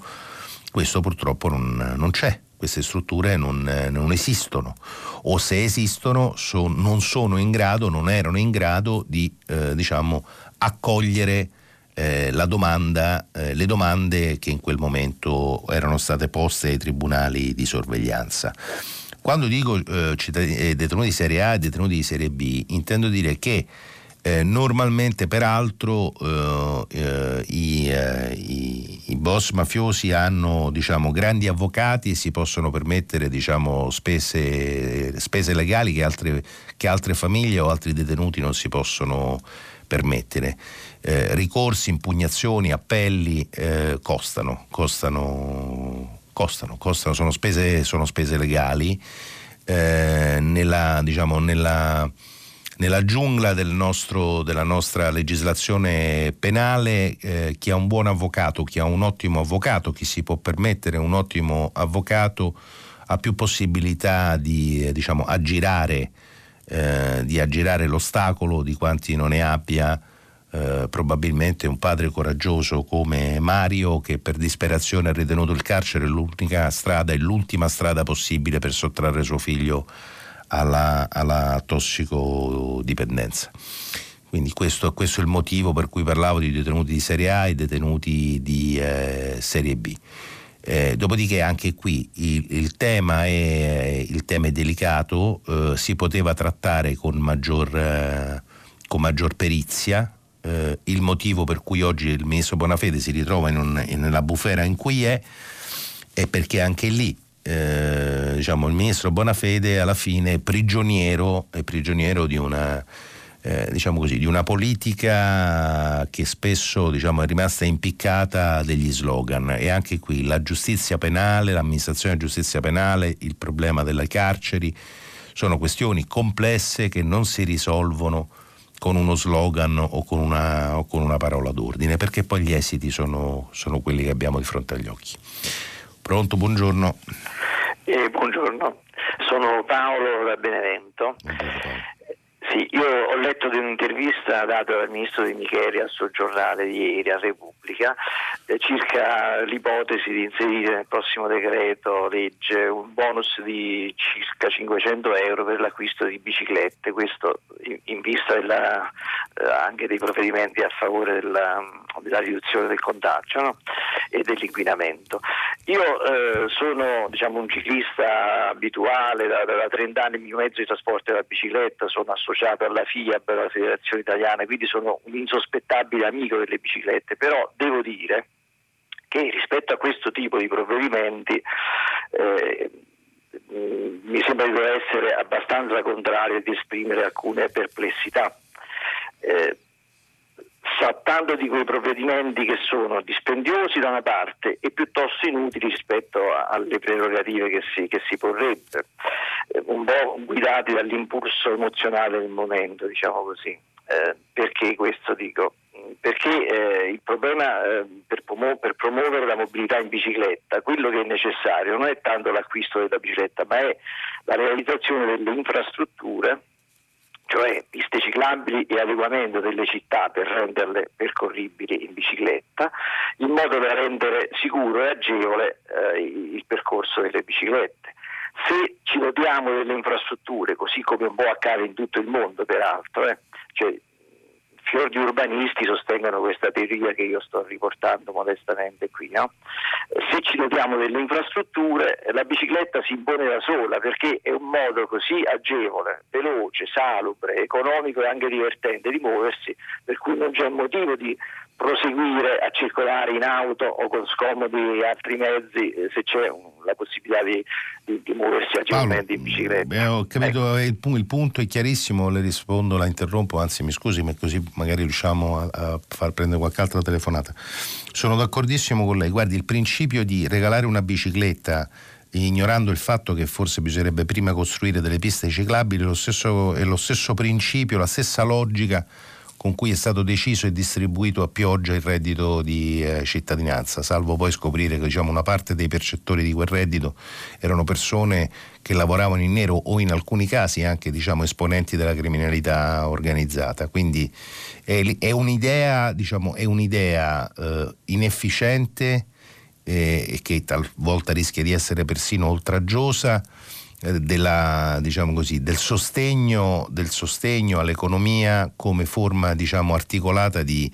non c'è. Queste strutture non esistono, o se esistono non erano in grado di accogliere le domande che in quel momento erano state poste ai tribunali di sorveglianza. Quando dico detenuti di serie A e detenuti di serie B, intendo dire che Normalmente peraltro i boss mafiosi hanno, diciamo, grandi avvocati e si possono permettere, diciamo, spese legali che altre famiglie o altri detenuti non si possono permettere. Ricorsi, impugnazioni, appelli costano, sono spese legali. Nella giungla della nostra legislazione penale, chi ha un buon avvocato, chi ha un ottimo avvocato, chi si può permettere un ottimo avvocato, ha più possibilità di aggirare l'ostacolo di quanti non ne abbia probabilmente un padre coraggioso come Mario, che per disperazione ha ritenuto il carcere l'ultima strada possibile per sottrarre suo figlio alla tossicodipendenza. Quindi questo è il motivo per cui parlavo di detenuti di serie A e detenuti di serie B. Dopodiché anche qui il tema è delicato, si poteva trattare con maggior perizia. Il motivo per cui oggi il ministro Bonafede si ritrova nella bufera in cui è perché anche lì il ministro Bonafede alla fine è prigioniero di una di una politica che spesso è rimasta impiccata degli slogan. E anche qui la giustizia penale, l'amministrazione della giustizia penale, il problema delle carceri sono questioni complesse che non si risolvono con uno slogan o con una parola d'ordine, perché poi gli esiti sono quelli che abbiamo di fronte agli occhi. Pronto, buongiorno. Buongiorno, sono Paolo da Benevento. Sì, io ho letto di un'intervista data dal ministro De Micheli al suo giornale di ieri, a Repubblica, circa l'ipotesi di inserire nel prossimo decreto legge un bonus di circa 500 euro per l'acquisto di biciclette, questo in vista anche dei provvedimenti a favore della riduzione del contagio, no? E dell'inquinamento. Io sono un ciclista abituale, da 30 anni il mio mezzo di trasporto è la bicicletta, sono associato alla FIAB, alla Federazione Italiana, quindi sono un insospettabile amico delle biciclette, però devo dire che rispetto a questo tipo di provvedimenti mi sembra di dover essere abbastanza contrario e di esprimere alcune perplessità. Trattando di quei provvedimenti che sono dispendiosi da una parte e piuttosto inutili rispetto alle prerogative che si porrebbe, un po' guidati dall'impulso emozionale del momento, diciamo così. Perché questo dico? Perché il problema per promuovere la mobilità in bicicletta, quello che è necessario non è tanto l'acquisto della bicicletta, ma è la realizzazione delle infrastrutture, cioè piste ciclabili e adeguamento delle città per renderle percorribili in bicicletta, in modo da rendere sicuro e agevole il percorso delle biciclette. Se ci dotiamo delle infrastrutture, così come un po' accade in tutto il mondo peraltro, fior di urbanisti sostengono questa teoria che io sto riportando modestamente qui, no? Se ci dotiamo delle infrastrutture, la bicicletta si impone da sola, perché è un modo così agevole, veloce, salubre, economico e anche divertente di muoversi, per cui non c'è motivo di proseguire a circolare in auto o con scomodi altri mezzi se c'è la possibilità di muoversi agevolmente in bicicletta. Ho capito, il punto è chiarissimo, le rispondo, la interrompo, anzi mi scusi, ma così magari riusciamo a far prendere qualche altra telefonata. Sono d'accordissimo con lei. Guardi, il principio di regalare una bicicletta ignorando il fatto che forse bisognerebbe prima costruire delle piste ciclabili è lo stesso principio, la stessa logica con cui è stato deciso e distribuito a pioggia il reddito di cittadinanza, salvo poi scoprire che una parte dei percettori di quel reddito erano persone che lavoravano in nero o in alcuni casi anche esponenti della criminalità organizzata. Quindi è un'idea inefficiente e che talvolta rischia di essere persino oltraggiosa, del sostegno all'economia come forma articolata di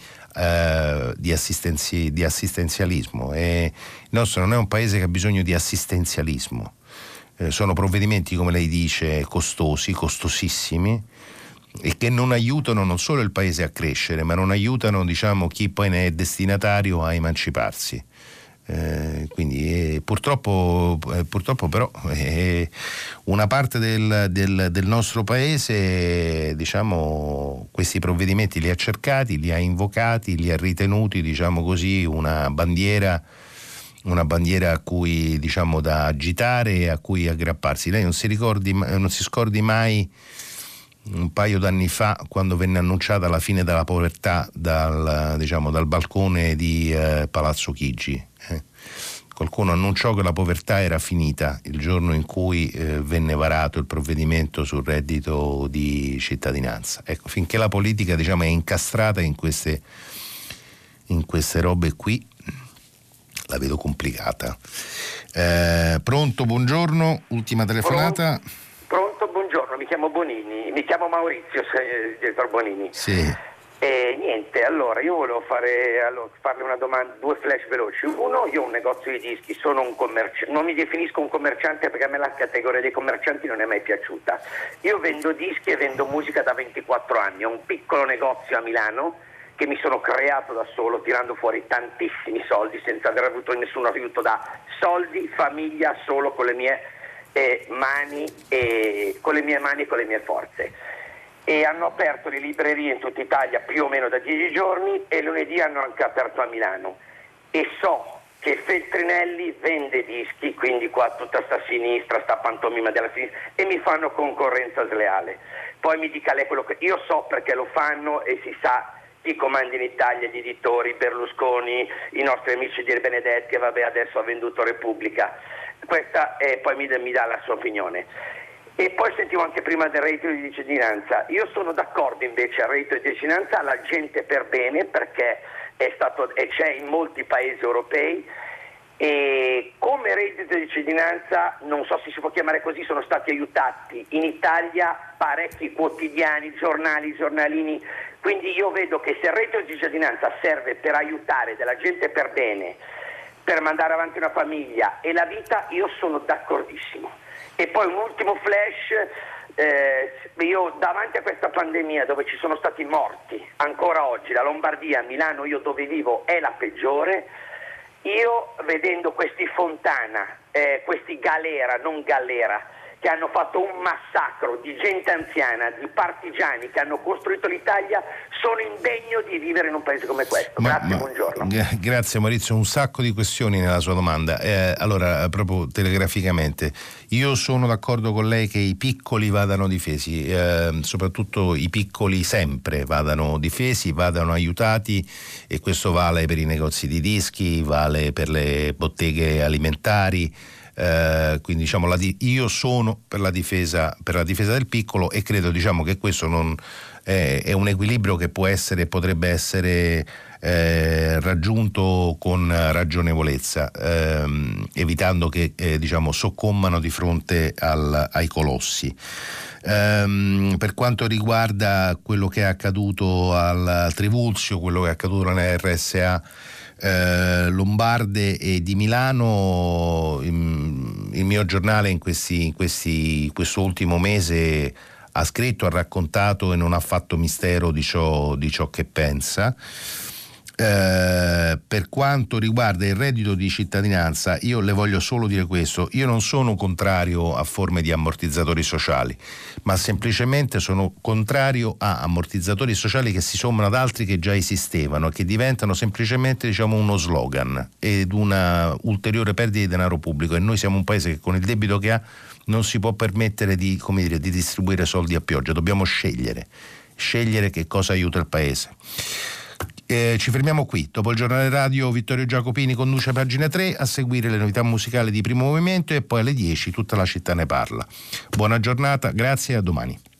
assistenzialismo. Il nostro non è un paese che ha bisogno di assistenzialismo, sono provvedimenti, come lei dice, costosissimi, e che non aiutano non solo il paese a crescere, ma non aiutano, diciamo, chi poi ne è destinatario a emanciparsi. Quindi purtroppo però una parte del nostro paese, diciamo, questi provvedimenti li ha cercati, li ha invocati, li ha ritenuti, diciamo così, una bandiera a cui, diciamo, da agitare e a cui aggrapparsi. Lei non si scordi mai un paio d'anni fa, quando venne annunciata la fine della povertà dal balcone di Palazzo Chigi. Qualcuno annunciò che la povertà era finita il giorno in cui venne varato il provvedimento sul reddito di cittadinanza. Ecco, finché la politica, diciamo, è incastrata in queste robe qui, la vedo complicata. Pronto, buongiorno, ultima telefonata. Pronto, buongiorno, mi chiamo Bonini, mi chiamo Maurizio, direttore Bonini. Sì. Niente, allora io volevo farle una domanda, due flash veloci. Uno, io ho un negozio di dischi, sono un commerciante, non mi definisco un commerciante perché a me la categoria dei commercianti non è mai piaciuta. Io vendo dischi e vendo musica da 24 anni, ho un piccolo negozio a Milano che mi sono creato da solo, tirando fuori tantissimi soldi senza aver avuto nessun aiuto da soldi, famiglia, solo con le mie mani e con le mie forze. E hanno aperto le librerie in tutta Italia più o meno da 10 giorni e lunedì hanno anche aperto a Milano. E so che Feltrinelli vende dischi, quindi qua tutta sta sinistra, sta pantomima della sinistra, e mi fanno concorrenza sleale. Poi mi dica lei quello che io so, perché lo fanno e si sa chi comanda in Italia, gli editori, Berlusconi, i nostri amici di Benedetti, che vabbè adesso ha venduto Repubblica. Questa poi mi dà la sua opinione. E poi sentivo anche prima del reddito di cittadinanza. Io sono d'accordo invece al reddito di cittadinanza, alla gente per bene, perché c'è in molti paesi europei, e come reddito di cittadinanza, non so se si può chiamare così, sono stati aiutati in Italia parecchi quotidiani, giornalini, quindi io vedo che se il reddito di cittadinanza serve per aiutare della gente per bene, per mandare avanti una famiglia e la vita, io sono d'accordissimo. E poi un ultimo flash, io davanti a questa pandemia dove ci sono stati morti, ancora oggi la Lombardia, Milano, io dove vivo, è la peggiore, io vedendo questi Fontana, questi Galera, non Gallera, che hanno fatto un massacro di gente anziana, di partigiani che hanno costruito l'Italia, sono indegno di vivere in un paese come questo. Grazie, buongiorno. Grazie Maurizio, un sacco di questioni nella sua domanda. Allora, proprio telegraficamente, io sono d'accordo con lei che i piccoli vadano difesi, soprattutto i piccoli sempre vadano difesi, vadano aiutati, e questo vale per i negozi di dischi, vale per le botteghe alimentari. Quindi diciamo io sono per la difesa del piccolo, e credo, diciamo, che questo non è un equilibrio che potrebbe essere raggiunto con ragionevolezza, evitando che diciamo soccombano di fronte ai colossi. Per quanto riguarda quello che è accaduto al Trivulzio, quello che è accaduto nella RSA lombarde e di Milano, il mio giornale in questo ultimo mese ha scritto, ha raccontato e non ha fatto mistero di ciò che pensa. Per quanto riguarda il reddito di cittadinanza, io le voglio solo dire questo: io non sono contrario a forme di ammortizzatori sociali, ma semplicemente sono contrario a ammortizzatori sociali che si sommano ad altri che già esistevano e che diventano semplicemente, diciamo, uno slogan ed una ulteriore perdita di denaro pubblico, e noi siamo un paese che con il debito che ha non si può permettere di distribuire soldi a pioggia. Dobbiamo scegliere che cosa aiuta il paese. Ci fermiamo qui. Dopo il giornale radio Vittorio Giacopini conduce Pagina 3, a seguire le novità musicali di Primo Movimento, e poi alle 10 tutta la città ne parla. Buona giornata, grazie e a domani.